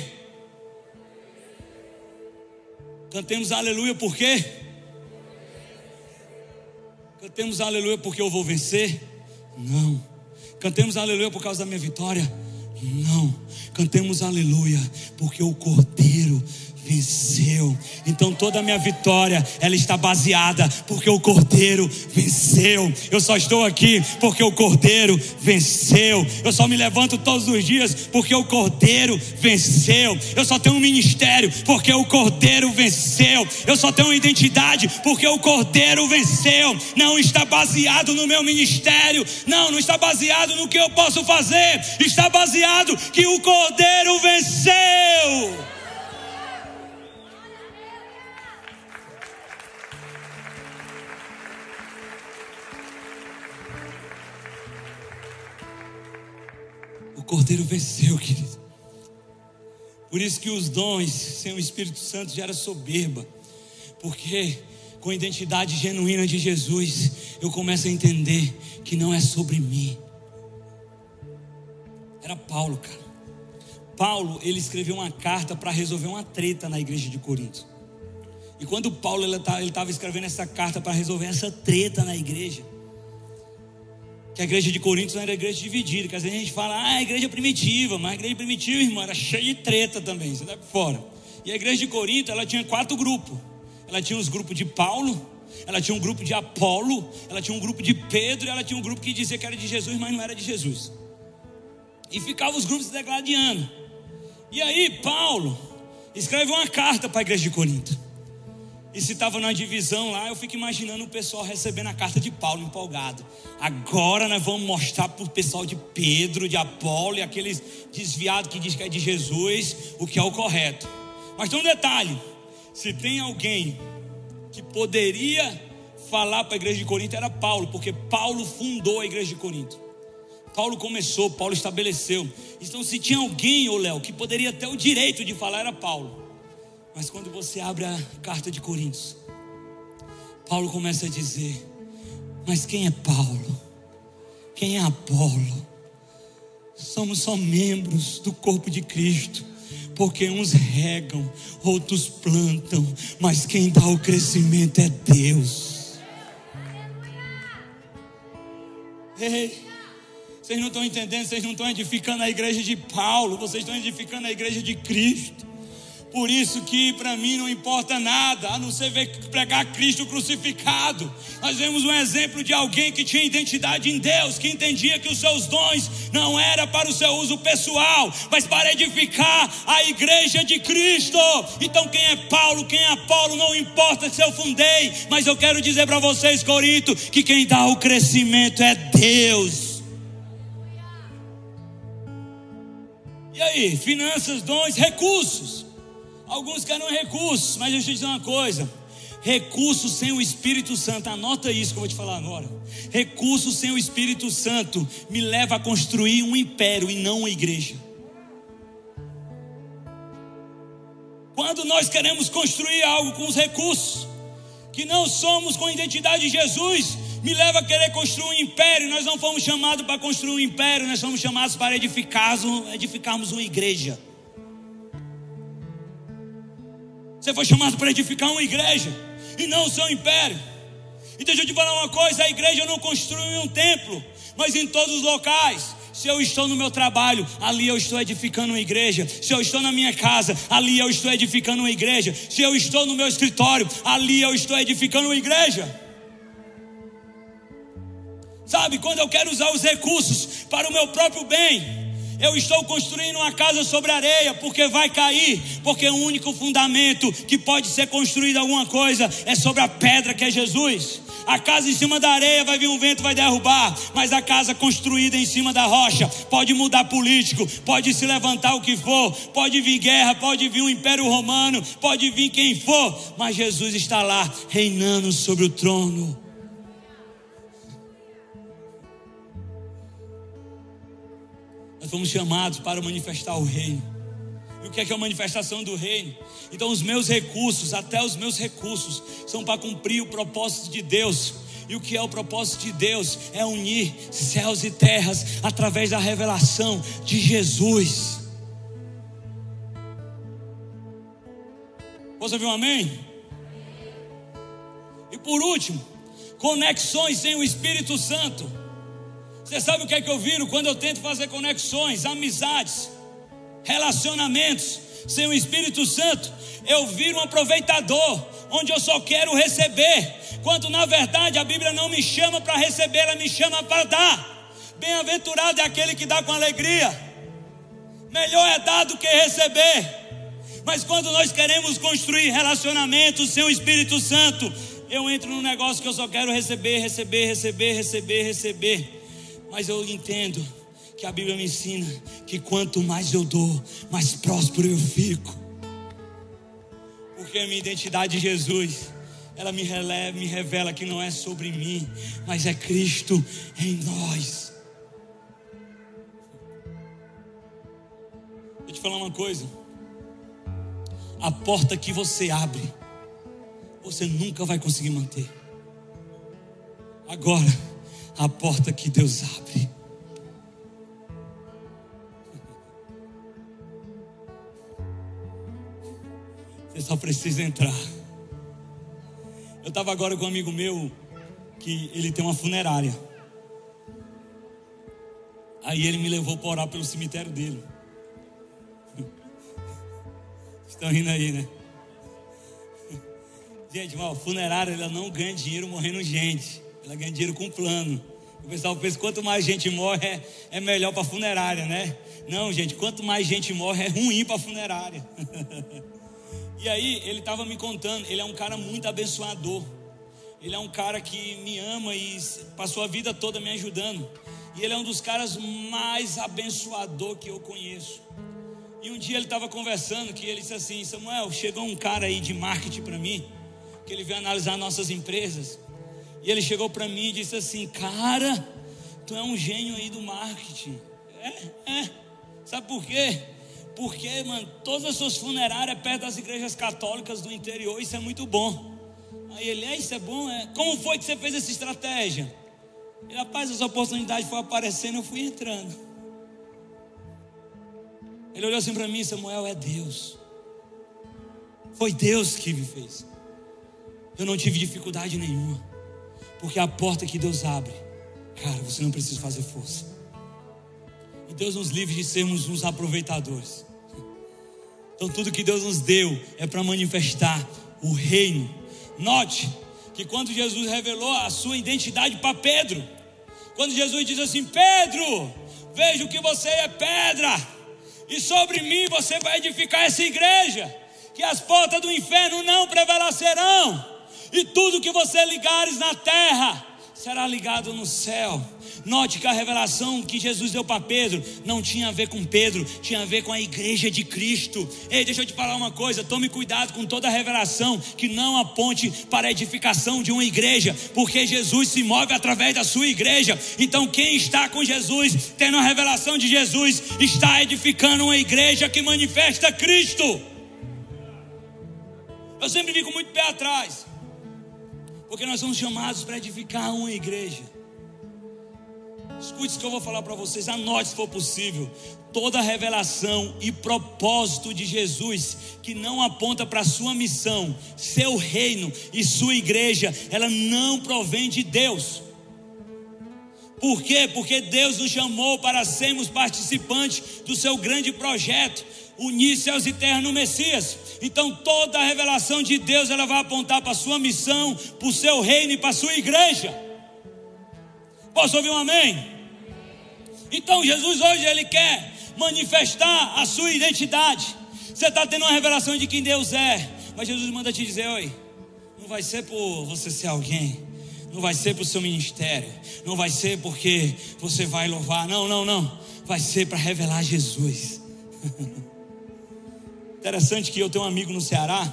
Cantemos aleluia, por quê? Cantemos aleluia porque eu vou vencer? Não. Cantemos aleluia por causa da minha vitória? Não. Cantemos aleluia porque o Cordeiro venceu. Então toda a minha vitória, ela está baseada porque o Cordeiro venceu. Eu só estou aqui porque o Cordeiro venceu. Eu só me levanto todos os dias porque o Cordeiro venceu. Eu só tenho um ministério porque o Cordeiro venceu. Eu só tenho uma identidade porque o Cordeiro venceu. Não está baseado no meu ministério, não está baseado no que eu posso fazer, está baseado que o Cordeiro venceu. O Cordeiro venceu, querido. Por isso que os dons sem o Espírito Santo gera soberba. Porque com a identidade genuína de Jesus, eu começo a entender que não é sobre mim. Era Paulo, cara. Paulo, ele escreveu uma carta para resolver uma treta na igreja de Corinto. E quando Paulo ele estava escrevendo essa carta para resolver essa treta na igreja, que a igreja de Corinto não era igreja dividida, que às vezes a gente fala, a igreja primitiva, mas a igreja primitiva, irmão, era cheia de treta também, você está por fora. E a igreja de Corinto, ela tinha 4 grupos. Ela tinha os grupos de Paulo, ela tinha um grupo de Apolo, ela tinha um grupo de Pedro, e ela tinha um grupo que dizia que era de Jesus, mas não era de Jesus. E ficavam os grupos se degladiando. E aí Paulo escreve uma carta para a igreja de Corinto. E se estava na divisão lá, eu fico imaginando o pessoal recebendo a carta de Paulo empolgado. Agora nós vamos mostrar para o pessoal de Pedro, de Apolo e aqueles desviados que diz que é de Jesus, o que é o correto. Mas tem um detalhe: se tem alguém que poderia falar para a igreja de Corinto, era Paulo, porque Paulo fundou a igreja de Corinto. Paulo começou, Paulo estabeleceu. Então se tinha alguém, ô Léo, que poderia ter o direito de falar, era Paulo. Mas quando você abre a carta de Coríntios, Paulo começa a dizer: mas quem é Paulo? Quem é Apolo? Somos só membros do corpo de Cristo, porque uns regam, outros plantam, mas quem dá o crescimento é Deus. Ei, vocês não estão entendendo, vocês não estão edificando a igreja de Paulo, vocês estão edificando a igreja de Cristo. Por isso que para mim não importa nada, a não ser pregar Cristo crucificado. Nós vemos um exemplo de alguém que tinha identidade em Deus, que entendia que os seus dons não era para o seu uso pessoal, mas para edificar a igreja de Cristo. Então quem é Paulo, quem é Apolo, não importa se eu fundei, mas eu quero dizer para vocês, Corinto, que quem dá o crescimento é Deus. E aí, finanças, dons, recursos. Alguns querem recursos, mas deixa eu te dizer uma coisa: recursos sem o Espírito Santo, anota isso que eu vou te falar agora. Recursos sem o Espírito Santo me leva a construir um império e não uma igreja. Quando nós queremos construir algo com os recursos, que não somos com a identidade de Jesus, me leva a querer construir um império. Nós não fomos chamados para construir um império, nós fomos chamados para edificarmos uma igreja. Você foi chamado para edificar uma igreja e não o seu império. E deixa eu te falar uma coisa: a igreja não construi um templo, mas em todos os locais. Se eu estou no meu trabalho, ali eu estou edificando uma igreja. Se eu estou na minha casa, ali eu estou edificando uma igreja. Se eu estou no meu escritório, ali eu estou edificando uma igreja. Sabe, quando eu quero usar os recursos para o meu próprio bem, eu estou construindo uma casa sobre areia, porque vai cair, porque o único fundamento que pode ser construído alguma coisa é sobre a pedra, que é Jesus. A casa em cima da areia vai vir um vento, vai derrubar, mas a casa construída em cima da rocha pode mudar político, pode se levantar o que for, pode vir guerra, pode vir um império romano, pode vir quem for, mas Jesus está lá reinando sobre o trono. Nós fomos chamados para manifestar o reino. E o que é a manifestação do reino? Então os meus recursos, até os meus recursos, são para cumprir o propósito de Deus. E o que é o propósito de Deus? É unir céus e terras através da revelação de Jesus. Posso ouvir um amém? E por último, conexões sem o Espírito Santo. Você sabe o que é que eu viro quando eu tento fazer conexões, amizades, relacionamentos sem o Espírito Santo? Eu viro um aproveitador, onde eu só quero receber, quando na verdade a Bíblia não me chama para receber, ela me chama para dar. Bem-aventurado é aquele que dá com alegria. Melhor é dar do que receber. Mas quando nós queremos construir relacionamentos sem o Espírito Santo, eu entro num negócio que eu só quero receber. Mas eu entendo que a Bíblia me ensina que quanto mais eu dou, mais próspero eu fico. Porque a minha identidade de Jesus, ela me revela que não é sobre mim, mas é Cristo em nós. Deixa eu te falar uma coisa. A porta que você abre, você nunca vai conseguir manter. Agora, a porta que Deus abre, você só precisa entrar. Eu estava agora com um amigo meu, que ele tem uma funerária. Aí ele me levou para orar pelo cemitério dele. Estão rindo aí, né? Gente, a funerária, ela não ganha dinheiro morrendo gente. Ela ganha dinheiro com plano. O pessoal pensa que quanto mais gente morre é melhor para a funerária, né? Não, gente, quanto mais gente morre é ruim para a funerária. E aí ele estava me contando, ele é um cara muito abençoador. Ele é um cara que me ama e passou a vida toda me ajudando. E ele é um dos caras mais abençoador que eu conheço. E um dia ele estava conversando, que ele disse assim: Samuel, chegou um cara aí de marketing para mim, que ele veio analisar nossas empresas. E ele chegou para mim e disse assim: cara, tu é um gênio aí do marketing. Sabe por quê? Porque, mano, todas as suas funerárias perto das igrejas católicas do interior, isso é muito bom. Aí ele: isso é bom? Como foi que você fez essa estratégia? Ele: rapaz, as oportunidades foram aparecendo, eu fui entrando. Ele olhou assim para mim: Samuel, é Deus. Foi Deus que me fez. Eu não tive dificuldade nenhuma. Porque a porta que Deus abre, cara, você não precisa fazer força. E Deus nos livre de sermos uns aproveitadores. Então tudo que Deus nos deu é para manifestar o reino. Note que quando Jesus revelou a sua identidade para Pedro, quando Jesus diz assim: Pedro, vejo que você é pedra, e sobre mim você vai edificar essa igreja, que as portas do inferno não prevalecerão, e tudo que você ligares na terra será ligado no céu. Note que a revelação que Jesus deu para Pedro não tinha a ver com Pedro, tinha a ver com a igreja de Cristo. Ei, deixa eu te falar uma coisa, tome cuidado com toda a revelação que não aponte para a edificação de uma igreja, porque Jesus se move através da sua igreja. Então quem está com Jesus, tendo a revelação de Jesus, está edificando uma igreja que manifesta Cristo. Eu sempre fico muito pé atrás, porque nós somos chamados para edificar uma igreja. Escute isso que eu vou falar para vocês, anote se for possível. Toda revelação e propósito de Jesus que não aponta para a sua missão, seu reino e sua igreja, ela não provém de Deus. Por quê? Porque Deus nos chamou para sermos participantes do seu grande projeto, unir céus e terra no Messias. Então toda a revelação de Deus, ela vai apontar para a sua missão, para o seu reino e para a sua igreja. Posso ouvir um amém? Então Jesus hoje, ele quer manifestar a sua identidade. Você está tendo uma revelação de quem Deus é, mas Jesus manda te dizer: oi, não vai ser por você ser alguém, não vai ser por seu ministério, não vai ser porque você vai louvar, não, vai ser para revelar Jesus. Interessante que eu tenho um amigo no Ceará,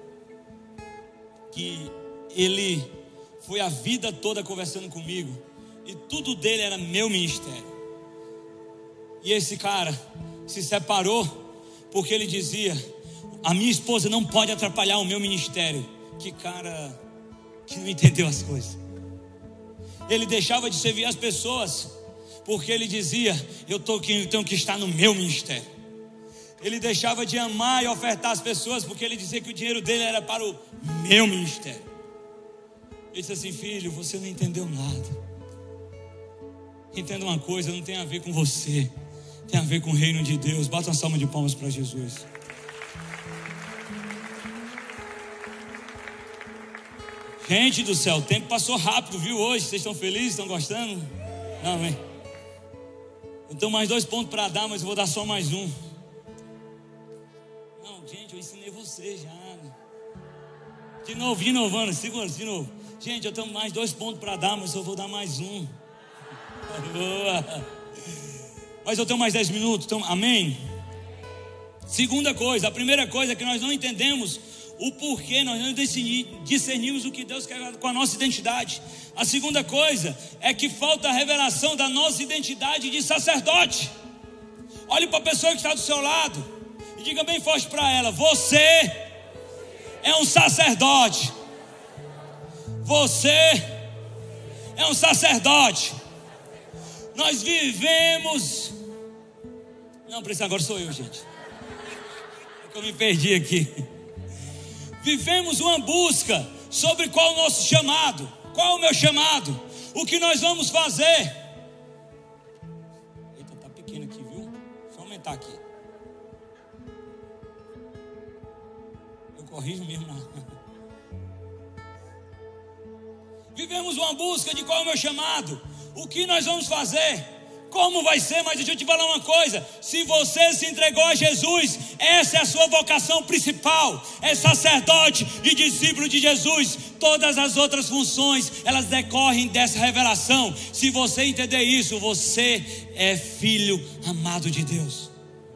que ele foi a vida toda conversando comigo, e tudo dele era meu ministério. E esse cara se separou porque ele dizia: a minha esposa não pode atrapalhar o meu ministério. Que cara que não entendeu as coisas. Ele deixava de servir as pessoas porque ele dizia: eu tenho que estar no meu ministério. Ele deixava de amar e ofertar as pessoas porque ele dizia que o dinheiro dele era para o meu ministério. Ele disse assim: filho, você não entendeu nada. Entenda uma coisa, não tem a ver com você, tem a ver com o reino de Deus. Bata uma salva de palmas para Jesus. Gente do céu, o tempo passou rápido, viu, hoje? Vocês estão felizes? Estão gostando? Não, hein? Eu tenho mais 2 pontos para dar, mas eu vou dar só mais um. Não, gente, eu ensinei você já. De novo, Ana, segura, de novo. Gente, eu tenho mais 2 pontos para dar, mas eu vou dar mais um. Boa. Mas eu tenho mais 10 minutos, então, amém? Segunda coisa, a primeira coisa é que nós não entendemos o porquê, nós não discernimos o que Deus quer com a nossa identidade. A segunda coisa é que falta a revelação da nossa identidade de sacerdote. Olhe para a pessoa que está do seu lado e diga bem forte para ela: você é um sacerdote. Você é um sacerdote. Nós vivemos. Não, precisa, agora sou eu, gente. É que eu me perdi aqui. Vivemos uma busca sobre qual é o nosso chamado. Qual é o meu chamado? O que nós vamos fazer? Eita, tá pequeno aqui, viu? Deixa eu aumentar aqui. Eu corrijo mesmo, não. Vivemos uma busca de qual é o meu chamado. O que nós vamos fazer? Como vai ser? Mas deixa eu te falar uma coisa: se você se entregou a Jesus, essa é a sua vocação principal. É sacerdote e discípulo de Jesus. Todas as outras funções, elas decorrem dessa revelação. Se você entender isso, você é filho amado de Deus.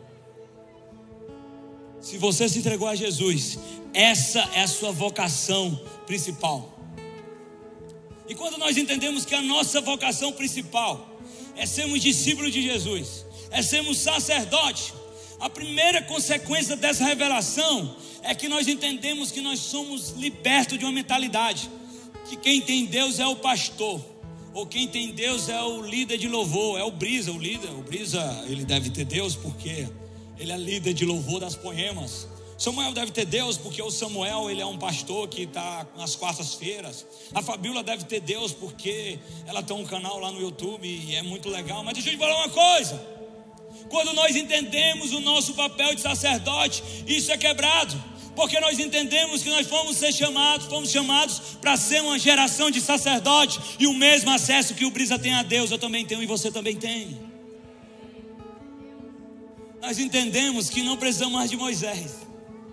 Se você se entregou a Jesus, essa é a sua vocação principal. E quando nós entendemos que a nossa vocação principal é sermos discípulos de Jesus, é sermos sacerdotes, a primeira consequência dessa revelação é que nós entendemos que nós somos libertos de uma mentalidade que quem tem Deus é o pastor, ou quem tem Deus é o líder de louvor, é o Brisa. O Brisa, ele deve ter Deus porque ele é líder de louvor das poemas. Samuel deve ter Deus porque o Samuel, ele é um pastor que está nas quartas-feiras. A Fabíola deve ter Deus porque ela tem um canal lá no YouTube e é muito legal. Mas deixa eu te falar uma coisa: quando nós entendemos o nosso papel de sacerdote, isso é quebrado, porque nós entendemos que nós fomos chamados para ser uma geração de sacerdote, e o mesmo acesso que o Brisa tem a Deus, eu também tenho e você também tem. Nós entendemos que não precisamos mais de Moisés.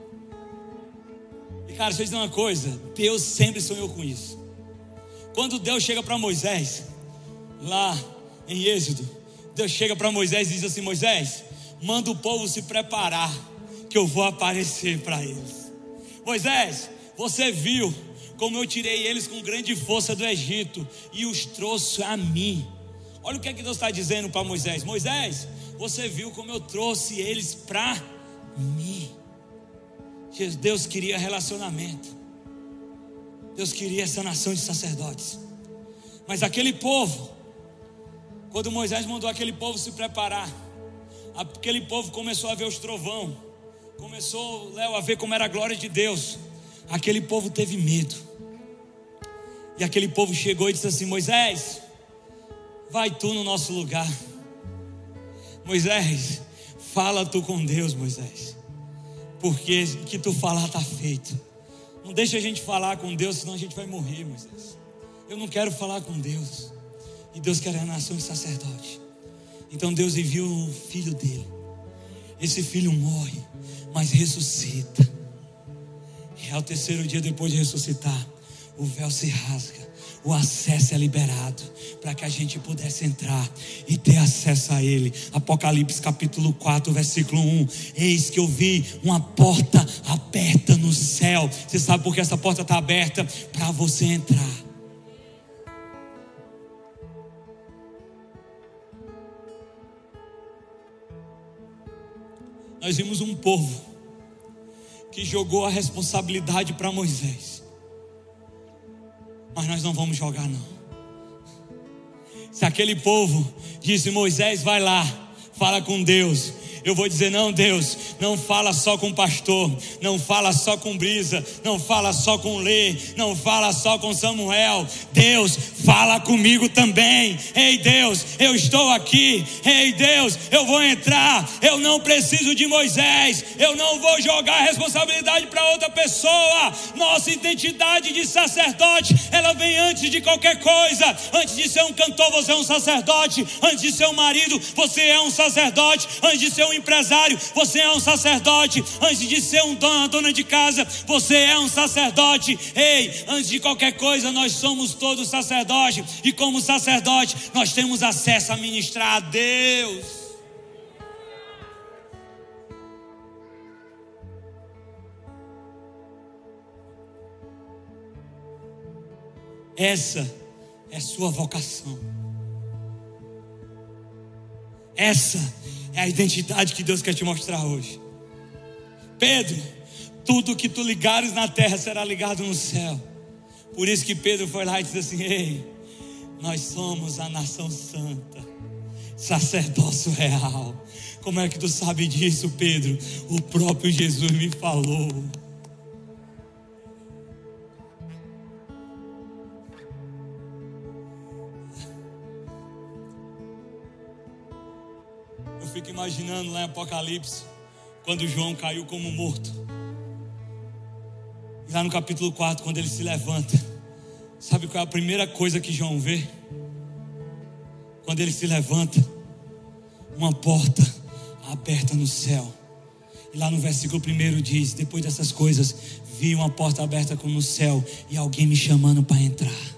Cara, deixa eu dizer uma coisa: Deus sempre sonhou com isso. Quando Deus chega para Moisés, lá em Êxodo, Deus chega para Moisés e diz assim: Moisés, manda o povo se preparar, que eu vou aparecer para eles. Moisés, você viu como eu tirei eles com grande força do Egito e os trouxe a mim. Olha o que é que Deus está dizendo para Moisés: Moisés, você viu como eu trouxe eles para mim. Deus queria relacionamento. Deus queria essa nação de sacerdotes. Mas aquele povo, quando Moisés mandou aquele povo se preparar, aquele povo começou a ver os trovão, começou, Léo, a ver como era a glória de Deus. Aquele povo teve medo. E aquele povo chegou e disse assim: Moisés, vai tu no nosso lugar. Moisés, fala tu com Deus, Moisés, porque o que tu falar está feito. Não deixa a gente falar com Deus, senão a gente vai morrer, Moisés. Eu não quero falar com Deus. E Deus quer a nação de sacerdote. Então Deus enviou o filho dele. Esse filho morre, mas ressuscita. E ao terceiro dia depois de ressuscitar, o véu se rasga, o acesso é liberado, para que a gente pudesse entrar e ter acesso a Ele. Apocalipse capítulo 4, versículo 1. Eis que eu vi uma porta aberta no céu. Você sabe por que essa porta está aberta? Para você entrar. Nós vimos um povo que jogou a responsabilidade para Moisés. Mas nós não vamos jogar, não. Se aquele povo disse: Moisés, vai lá, fala com Deus, eu vou dizer: não, Deus, não fala só com o pastor, não fala só com Brisa, não fala só com Lê, não fala só com Samuel. Deus fala comigo também. Ei Deus, eu estou aqui. Ei Deus, eu vou entrar. Eu não preciso de Moisés, eu não vou jogar a responsabilidade para outra pessoa. Nossa identidade de sacerdote, ela vem antes de qualquer coisa. Antes de ser um cantor, você é um sacerdote. Antes de ser um marido, você é um sacerdote. Antes de ser um empresário, você é um sacerdote. Antes de ser uma dona de casa, você é um sacerdote. Ei, antes de qualquer coisa, nós somos todos sacerdotes. E como sacerdote, nós temos acesso a ministrar a Deus. Essa é sua vocação. Essa é a identidade que Deus quer te mostrar hoje. Pedro, tudo que tu ligares na terra será ligado no céu. Por isso que Pedro foi lá e disse assim: ei, nós somos a nação santa, sacerdócio real. Como é que tu sabe disso, Pedro? O próprio Jesus me falou. Eu fico imaginando lá em Apocalipse, quando João caiu como morto. E lá no capítulo 4, quando ele se levanta, sabe qual é a primeira coisa que João vê? Quando ele se levanta, uma porta aberta no céu. E lá no versículo 1 diz: depois dessas coisas, vi uma porta aberta como no céu e alguém me chamando para entrar.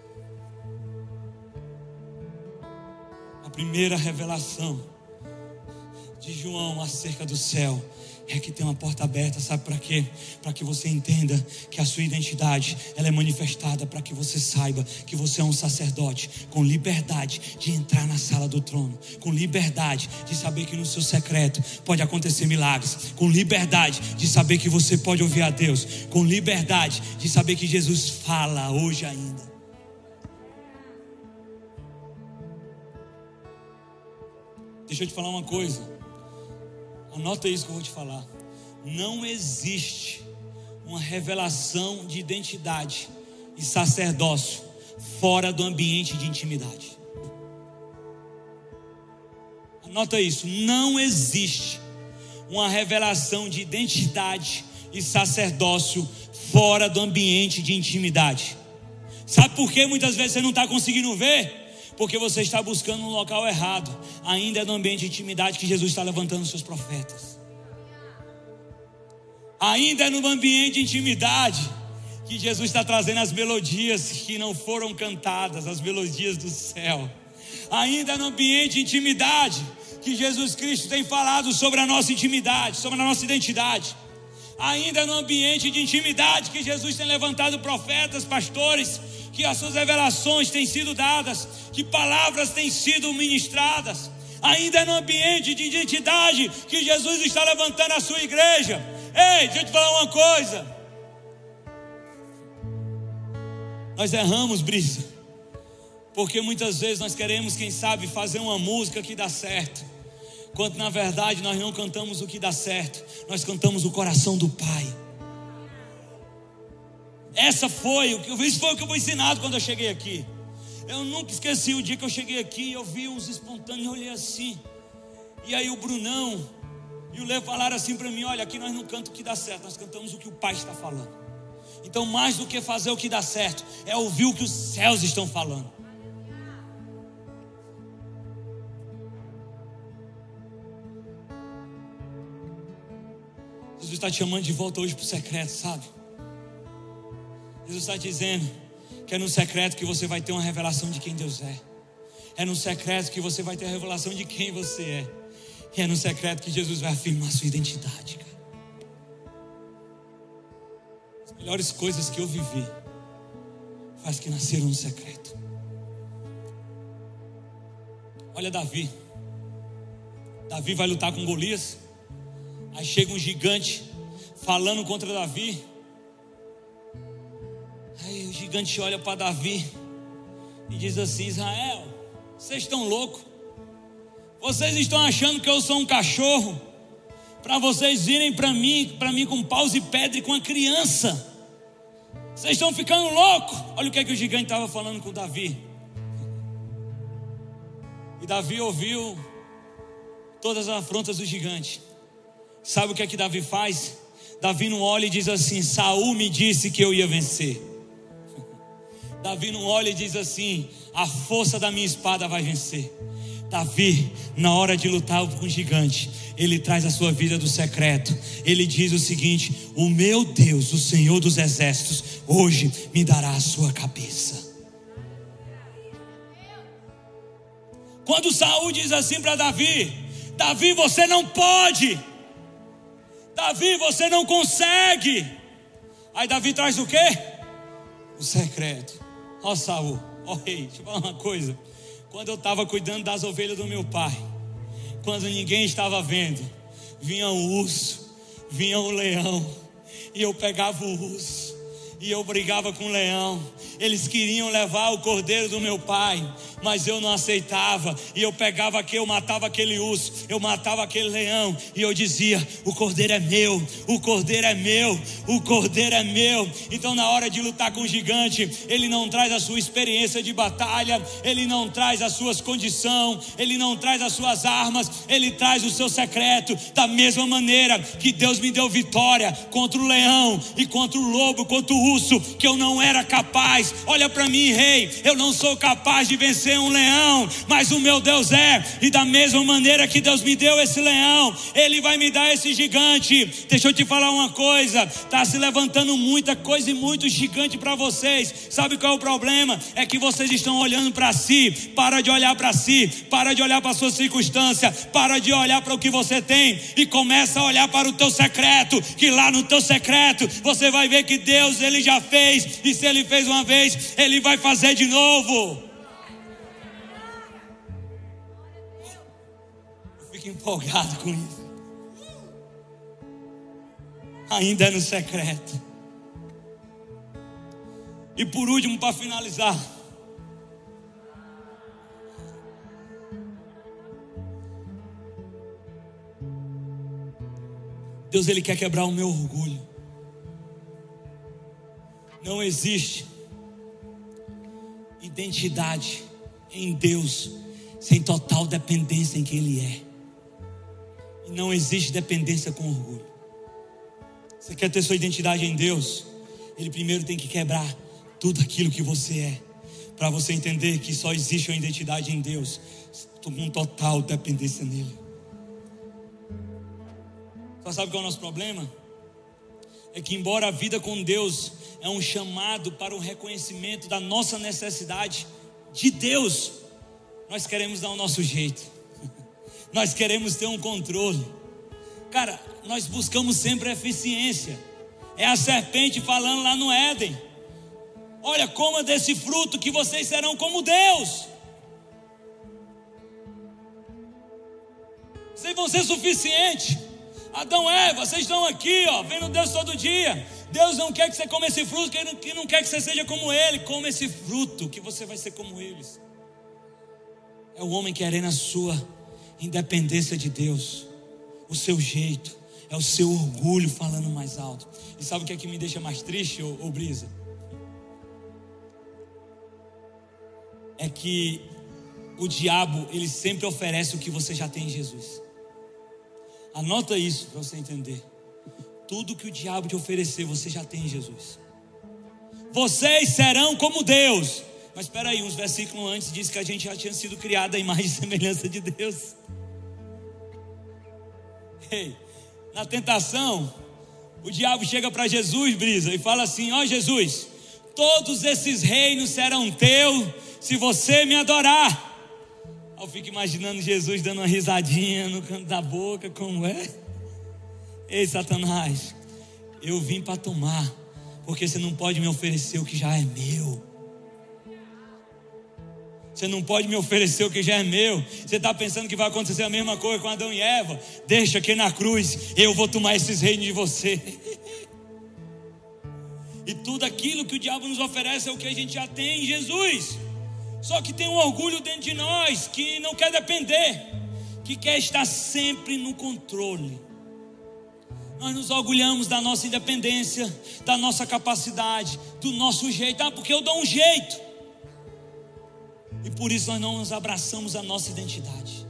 A primeira revelação de João acerca do céu é que tem uma porta aberta. Sabe para quê? Para que você entenda que a sua identidade, ela é manifestada, para que você saiba que você é um sacerdote com liberdade de entrar na sala do trono, com liberdade de saber que no seu secreto pode acontecer milagres, com liberdade de saber que você pode ouvir a Deus, com liberdade de saber que Jesus fala hoje ainda. Deixa eu te falar uma coisa. Anota isso que eu vou te falar. Não existe uma revelação de identidade e sacerdócio fora do ambiente de intimidade. Anota isso. Não existe uma revelação de identidade e sacerdócio fora do ambiente de intimidade. Sabe por que muitas vezes você não está conseguindo ver? Porque você está buscando um local errado. Ainda é no ambiente de intimidade que Jesus está levantando os seus profetas. Ainda é no ambiente de intimidade que Jesus está trazendo as melodias que não foram cantadas, as melodias do céu. Ainda é no ambiente de intimidade que Jesus Cristo tem falado sobre a nossa intimidade, sobre a nossa identidade. Ainda é no ambiente de intimidade que Jesus tem levantado profetas, pastores, que as suas revelações têm sido dadas, que palavras têm sido ministradas. Ainda é no ambiente de identidade que Jesus está levantando a sua igreja. Ei, deixa eu te falar uma coisa. Nós erramos, Brisa, porque muitas vezes nós queremos, quem sabe, fazer uma música que dá certo, quando na verdade nós não cantamos o que dá certo, nós cantamos o coração do Pai. Isso foi o que eu fui ensinado quando eu cheguei aqui. Eu nunca esqueci o dia que eu cheguei aqui. Eu vi uns espontâneos, eu olhei assim. E aí o Brunão e o Lê falaram assim para mim: olha, aqui nós não cantamos o que dá certo, nós cantamos o que o Pai está falando. Então mais do que fazer o que dá certo, é ouvir o que os céus estão falando. Jesus está te chamando de volta hoje para o secreto, sabe? Jesus está dizendo que é no secreto que você vai ter uma revelação de quem Deus é. É no secreto que você vai ter a revelação de quem você é. E é no secreto que Jesus vai afirmar a sua identidade, cara. As melhores coisas que eu vivi faz que nasceram no secreto. Olha Davi. Davi vai lutar com Golias. Aí chega um gigante falando contra Davi. Aí o gigante olha para Davi e diz assim: Israel, vocês estão loucos? Vocês estão achando que eu sou um cachorro? para vocês virem para mim com paus e pedra e com a criança. Vocês estão ficando loucos. Olha o que o gigante estava falando com Davi. E Davi ouviu todas as afrontas do gigante. Sabe o que Davi faz? Davi não olha e diz assim: Saul me disse que eu ia vencer. Davi não olha e diz assim: a força da minha espada vai vencer. Davi, na hora de lutar com o gigante, ele traz a sua vida do secreto. Ele diz o seguinte: o meu Deus, o Senhor dos exércitos, hoje me dará a sua cabeça. Quando Saul diz assim para Davi: Davi, você não pode, Davi, você não consegue. Aí Davi traz o quê? O secreto. Ó Saul, ó rei, deixa eu falar uma coisa. Quando eu estava cuidando das ovelhas do meu pai, quando ninguém estava vendo, vinha um urso, vinha um leão, e eu pegava o urso, e eu brigava com o leão. Eles queriam levar o cordeiro do meu pai, mas eu não aceitava. E eu pegava eu matava aquele urso, eu matava aquele leão, e eu dizia: o cordeiro é meu, o cordeiro é meu, o cordeiro é meu. Então na hora de lutar com o gigante, ele não traz a sua experiência de batalha, ele não traz as suas condições, ele não traz as suas armas, ele traz o seu secreto. Da mesma maneira que Deus me deu vitória contra o leão e contra o lobo, contra o urso, que eu não era capaz. Olha para mim, rei, eu não sou capaz de vencer um leão, mas o meu Deus é. E da mesma maneira que Deus me deu esse leão, Ele vai me dar esse gigante. Deixa eu te falar uma coisa: está se levantando muita coisa e muito gigante para vocês. Sabe qual é o problema? É que vocês estão olhando para si. Para de olhar para si, para de olhar para a sua circunstância, para de olhar para o que você tem e começa a olhar para o teu secreto, que lá no teu secreto você vai ver que Deus, Ele já fez, e se Ele fez uma vez, Ele vai fazer de novo. Eu fico empolgado com isso. Ainda é no secreto. E por último, para finalizar, Deus, Ele quer quebrar o meu orgulho. Não existe identidade em Deus sem total dependência em quem Ele é. E não existe dependência com orgulho. Você quer ter sua identidade em Deus? Ele primeiro tem que quebrar tudo aquilo que você é, para você entender que só existe uma identidade em Deus com total dependência nele. Só sabe qual é o nosso problema? É que embora a vida com Deus é um chamado para o reconhecimento da nossa necessidade de Deus, nós queremos dar o nosso jeito. Nós queremos ter um controle. Cara, nós buscamos sempre eficiência. É a serpente falando lá no Éden: olha, coma desse fruto que vocês serão como Deus. Vocês vão ser suficientes. Adão, Eva, vocês estão aqui, ó, vendo Deus todo dia. Deus não quer que você coma esse fruto, que não quer que você seja como Ele. Coma esse fruto, que você vai ser como eles. É o homem querendo a sua independência de Deus, o seu jeito, é o seu orgulho falando mais alto. E sabe o que é que me deixa mais triste, ô Brisa? É que o diabo, ele sempre oferece o que você já tem em Jesus. Anota isso para você entender. Tudo que o diabo te oferecer, você já tem em Jesus. Vocês serão como Deus. Mas espera aí, uns versículos antes diz que a gente já tinha sido criado à imagem e semelhança de Deus. Ei, na tentação, o diabo chega para Jesus, Brisa, e fala assim: ó Jesus, todos esses reinos serão teus se você me adorar. Eu fico imaginando Jesus dando uma risadinha no canto da boca, como é? Ei, Satanás, eu vim para tomar, porque você não pode me oferecer o que já é meu. Você não pode me oferecer o que já é meu. Você está pensando que vai acontecer a mesma coisa com Adão e Eva? Deixa que na cruz eu vou tomar esses reinos de você. E tudo aquilo que o diabo nos oferece é o que a gente já tem em Jesus. Só que tem um orgulho dentro de nós que não quer depender, que quer estar sempre no controle. Nós nos orgulhamos da nossa independência, da nossa capacidade, do nosso jeito. Porque eu dou um jeito. E por isso nós não nos abraçamos a nossa identidade.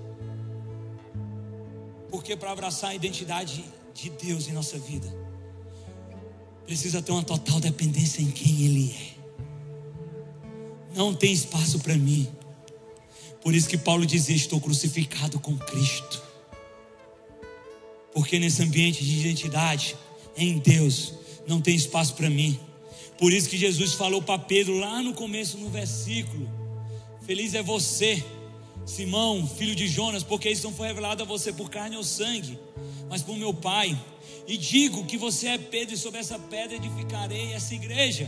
Porque para abraçar a identidade de Deus em nossa vida, precisa ter uma total dependência em quem Ele é. Não tem espaço para mim. Por isso que Paulo dizia: estou crucificado com Cristo. Porque nesse ambiente de identidade em Deus não tem espaço para mim. Por isso que Jesus falou para Pedro lá no começo, no versículo: feliz é você, Simão, filho de Jonas, porque isso não foi revelado a você por carne ou sangue, mas por meu Pai. E digo que você é Pedro, e sobre essa pedra edificarei essa igreja.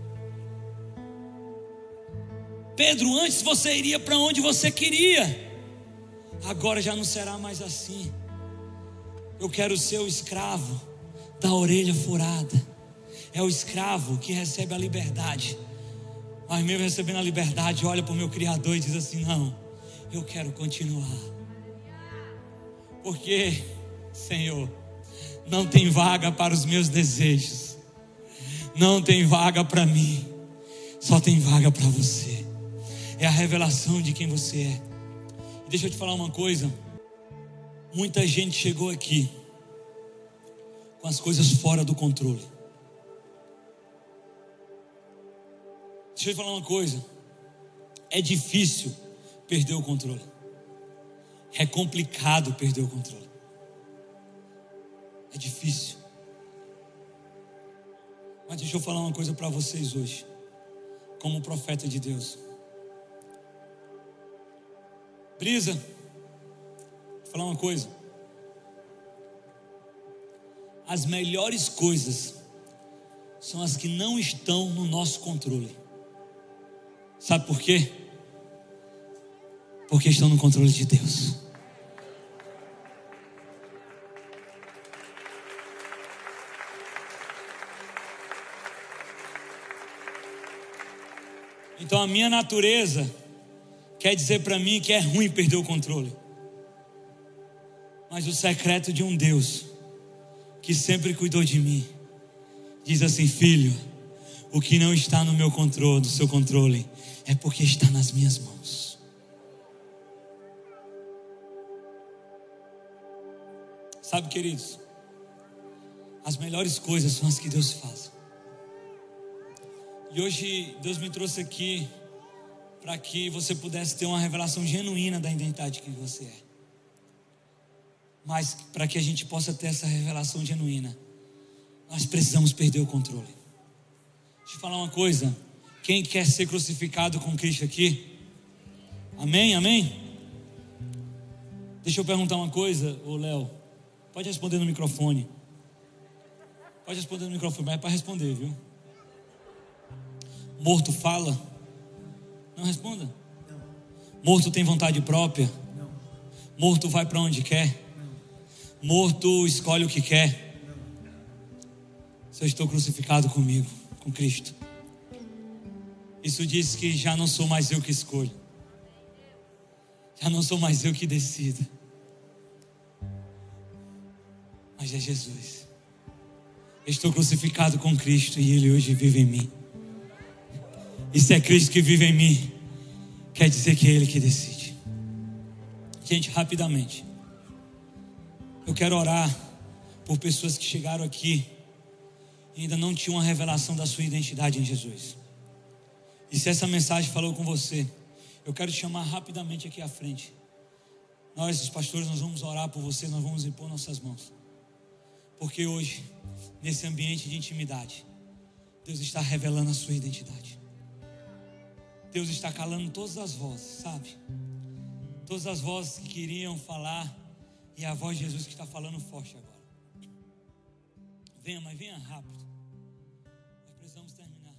Pedro, antes você iria para onde você queria, agora já não será mais assim. Eu quero ser o escravo da orelha furada. É o escravo que recebe a liberdade, mas mesmo recebendo a liberdade, olha para o meu Criador e diz assim: não, eu quero continuar. Porque, Senhor, não tem vaga para os meus desejos, não tem vaga para mim, só tem vaga para você. É a revelação de quem você é. E deixa eu te falar uma coisa: muita gente chegou aqui com as coisas fora do controle. Deixa eu te falar uma coisa: é difícil perder o controle, é complicado perder o controle, é difícil. Mas deixa eu falar uma coisa para vocês hoje, como profeta de Deus. Brisa, vou falar uma coisa: as melhores coisas são as que não estão no nosso controle. Sabe por quê? Porque estão no controle de Deus. Então a minha natureza quer dizer para mim que é ruim perder o controle. Mas o secreto de um Deus que sempre cuidou de mim diz assim: filho, o que não está no meu controle, do seu controle, é porque está nas minhas mãos. Sabe, queridos, as melhores coisas são as que Deus faz. E hoje Deus me trouxe aqui para que você pudesse ter uma revelação genuína da identidade que você é. Mas para que a gente possa ter essa revelação genuína, nós precisamos perder o controle. Deixa eu falar uma coisa: quem quer ser crucificado com Cristo aqui? Amém, amém? Deixa eu perguntar uma coisa, ô Léo, pode responder no microfone. Pode responder no microfone, mas é para responder, viu? Morto fala? Não responda. Não. Morto tem vontade própria? Não. Morto vai para onde quer? Não. Morto escolhe o que quer? Não. Se eu estou crucificado comigo, com Cristo, isso diz que já não sou mais eu que escolho, já não sou mais eu que decido, mas é Jesus. Eu estou crucificado com Cristo e Ele hoje vive em mim. E se é Cristo que vive em mim, quer dizer que é Ele que decide. Gente, rapidamente, eu quero orar por pessoas que chegaram aqui e ainda não tinham uma revelação da sua identidade em Jesus. E se essa mensagem falou com você, eu quero te chamar rapidamente aqui à frente. Nós, os pastores, nós vamos orar por você, nós vamos impor nossas mãos. Porque hoje, nesse ambiente de intimidade, Deus está revelando a sua identidade. Deus está calando todas as vozes, sabe? Todas as vozes que queriam falar, e a voz de Jesus que está falando forte agora. Venha, mas venha rápido. Nós precisamos terminar.